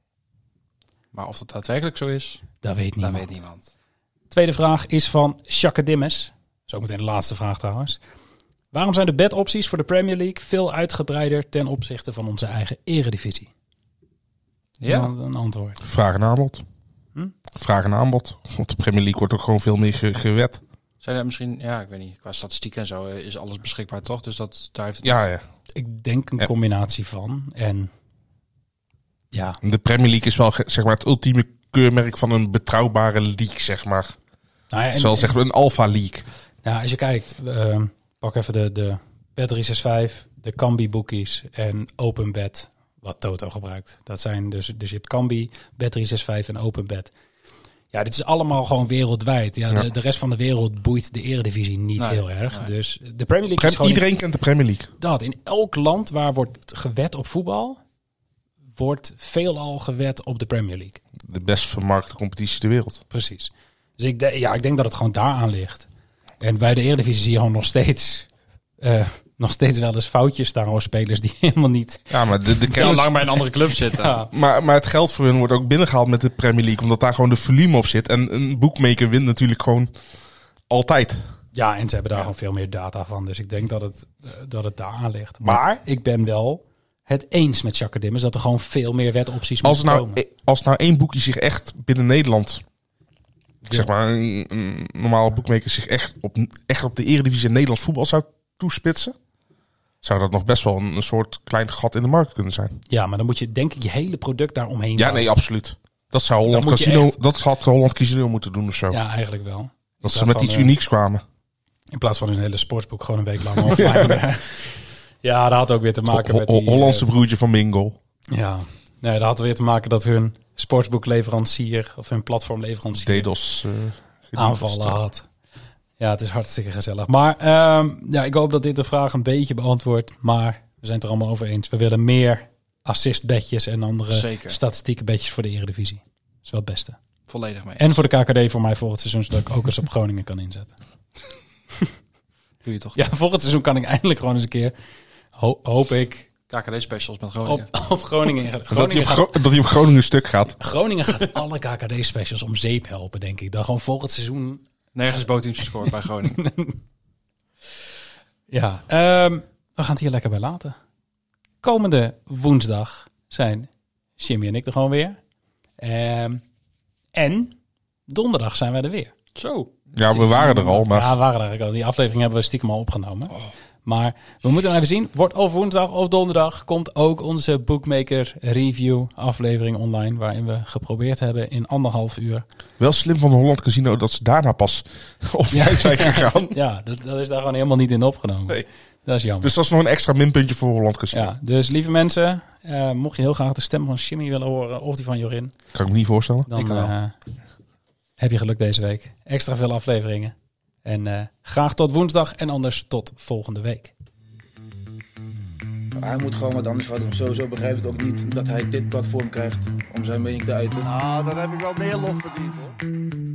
Speaker 4: Maar of dat daadwerkelijk zo is,
Speaker 1: dat weet niemand. Tweede vraag is van Jacques Dimmes. Zometeen de laatste vraag trouwens. Waarom zijn de bedopties voor de Premier League veel uitgebreider ten opzichte van onze eigen eredivisie?
Speaker 4: Ja.
Speaker 1: Een antwoord.
Speaker 6: Vraag en aanbod. Vraag en aanbod. Want de Premier League wordt ook gewoon veel meer gewet.
Speaker 4: Zijn er misschien, ik weet niet, qua statistiek en zo is alles beschikbaar toch? Dus daar heeft het...
Speaker 6: Ja.
Speaker 1: Ik denk een combinatie van. En ja.
Speaker 6: De Premier League is wel zeg maar het ultieme keurmerk van een betrouwbare league, zeg maar.
Speaker 1: Nou ja,
Speaker 6: Zoals zeggen we een alpha league.
Speaker 1: Ja, als je kijkt, pak even de Bet365, de Cambi bookies en OpenBet, wat Toto gebruikt. Dat zijn dus je hebt Cambi, Bet365 en OpenBet. Ja, dit is allemaal gewoon wereldwijd. Ja, de rest van de wereld boeit de eredivisie niet heel erg. Nee. Dus de Premier League is gewoon...
Speaker 6: Iedereen kent de Premier League.
Speaker 1: In elk land waar wordt gewet op voetbal, wordt veelal gewet op de Premier League.
Speaker 6: De best vermarkte competitie ter wereld.
Speaker 1: Precies. Dus ik denk dat het gewoon daaraan ligt. En bij de Eredivisie zie je gewoon nog steeds wel eens foutjes staan hoor, spelers die helemaal niet...
Speaker 6: Ja, maar de kennis...
Speaker 4: lang bij een andere club zitten.
Speaker 1: Ja.
Speaker 6: Maar het geld voor hun wordt ook binnengehaald met de Premier League, omdat daar gewoon de volume op zit. En een bookmaker wint natuurlijk gewoon altijd.
Speaker 1: Ja, en ze hebben daar gewoon veel meer data van. Dus ik denk dat het daaraan ligt. Maar ik ben wel het eens met Jacques Dimmes dat er gewoon veel meer wedopties moeten komen.
Speaker 6: Als nou één boekje zich echt binnen Nederland... Zeg maar een normale boekmaker zich echt op de Eredivisie en Nederlands voetbal zou toespitsen, zou dat nog best wel een soort klein gat in de markt kunnen zijn.
Speaker 1: Ja, maar dan moet je denk ik je hele product daaromheen
Speaker 6: bouwen. Nee, absoluut. Dat zou Holland Casino, dat had Holland Casino moeten doen of zo.
Speaker 1: Ja, eigenlijk wel.
Speaker 6: Dat ze met iets unieks kwamen.
Speaker 1: In plaats van een hele sportsboek gewoon een week lang offline. Ja, dat had ook weer te maken met die...
Speaker 6: Hollandse broertje van Mingo.
Speaker 1: Ja, nee, dat had weer te maken dat hun sportsboekleverancier of hun platformleverancier
Speaker 6: DDoS
Speaker 1: aanvallen had. Ja, het is hartstikke gezellig. Maar ik hoop dat dit de vraag een beetje beantwoordt. Maar we zijn het er allemaal over eens. We willen meer assistbedjes en andere statistieke bedjes voor de Eredivisie. Dat is wel het beste.
Speaker 4: Volledig mee.
Speaker 1: En voor de KKD voor mij volgend seizoen, zodat ik ook eens op Groningen kan inzetten.
Speaker 4: Doe je toch?
Speaker 1: Ja, volgend seizoen kan ik eindelijk gewoon eens een keer, hoop ik...
Speaker 4: KKD-specials met Groningen.
Speaker 1: Op Groningen.
Speaker 6: Dat hij op Groningen stuk gaat.
Speaker 1: Groningen gaat alle KKD-specials om zeep helpen, denk ik. Dan gewoon volgend seizoen...
Speaker 4: Nergens bootteams gescoord bij Groningen.
Speaker 1: Ja, we gaan het hier lekker bij laten. komende woensdag zijn Jimmy en ik er gewoon weer. En donderdag zijn wij er weer.
Speaker 4: Zo.
Speaker 6: Ja, we waren er al, maar...
Speaker 1: Ja, we waren er eigenlijk al. Die aflevering hebben we stiekem al opgenomen. Maar we moeten nog even zien. Wordt of woensdag of donderdag komt ook onze Bookmaker Review aflevering online. Waarin we geprobeerd hebben in 1,5 uur.
Speaker 6: Wel slim van de Holland Casino dat ze daarna pas offline zijn gegaan.
Speaker 1: Ja, dat is daar gewoon helemaal niet in opgenomen.
Speaker 6: Nee.
Speaker 1: Dat is jammer.
Speaker 6: Dus dat is nog een extra minpuntje voor Holland Casino.
Speaker 1: Ja, dus lieve mensen, mocht je heel graag de stem van Jimmy willen horen of die van Jorin.
Speaker 6: Kan ik me niet voorstellen.
Speaker 1: Dan heb je geluk deze week. Extra veel afleveringen. En graag tot woensdag en anders tot volgende week.
Speaker 11: Hij moet gewoon wat anders gaan doen. Sowieso begrijp ik ook niet dat hij dit platform krijgt om zijn mening te uiten.
Speaker 3: Ah, dan heb ik wel meer lof verdiend hoor.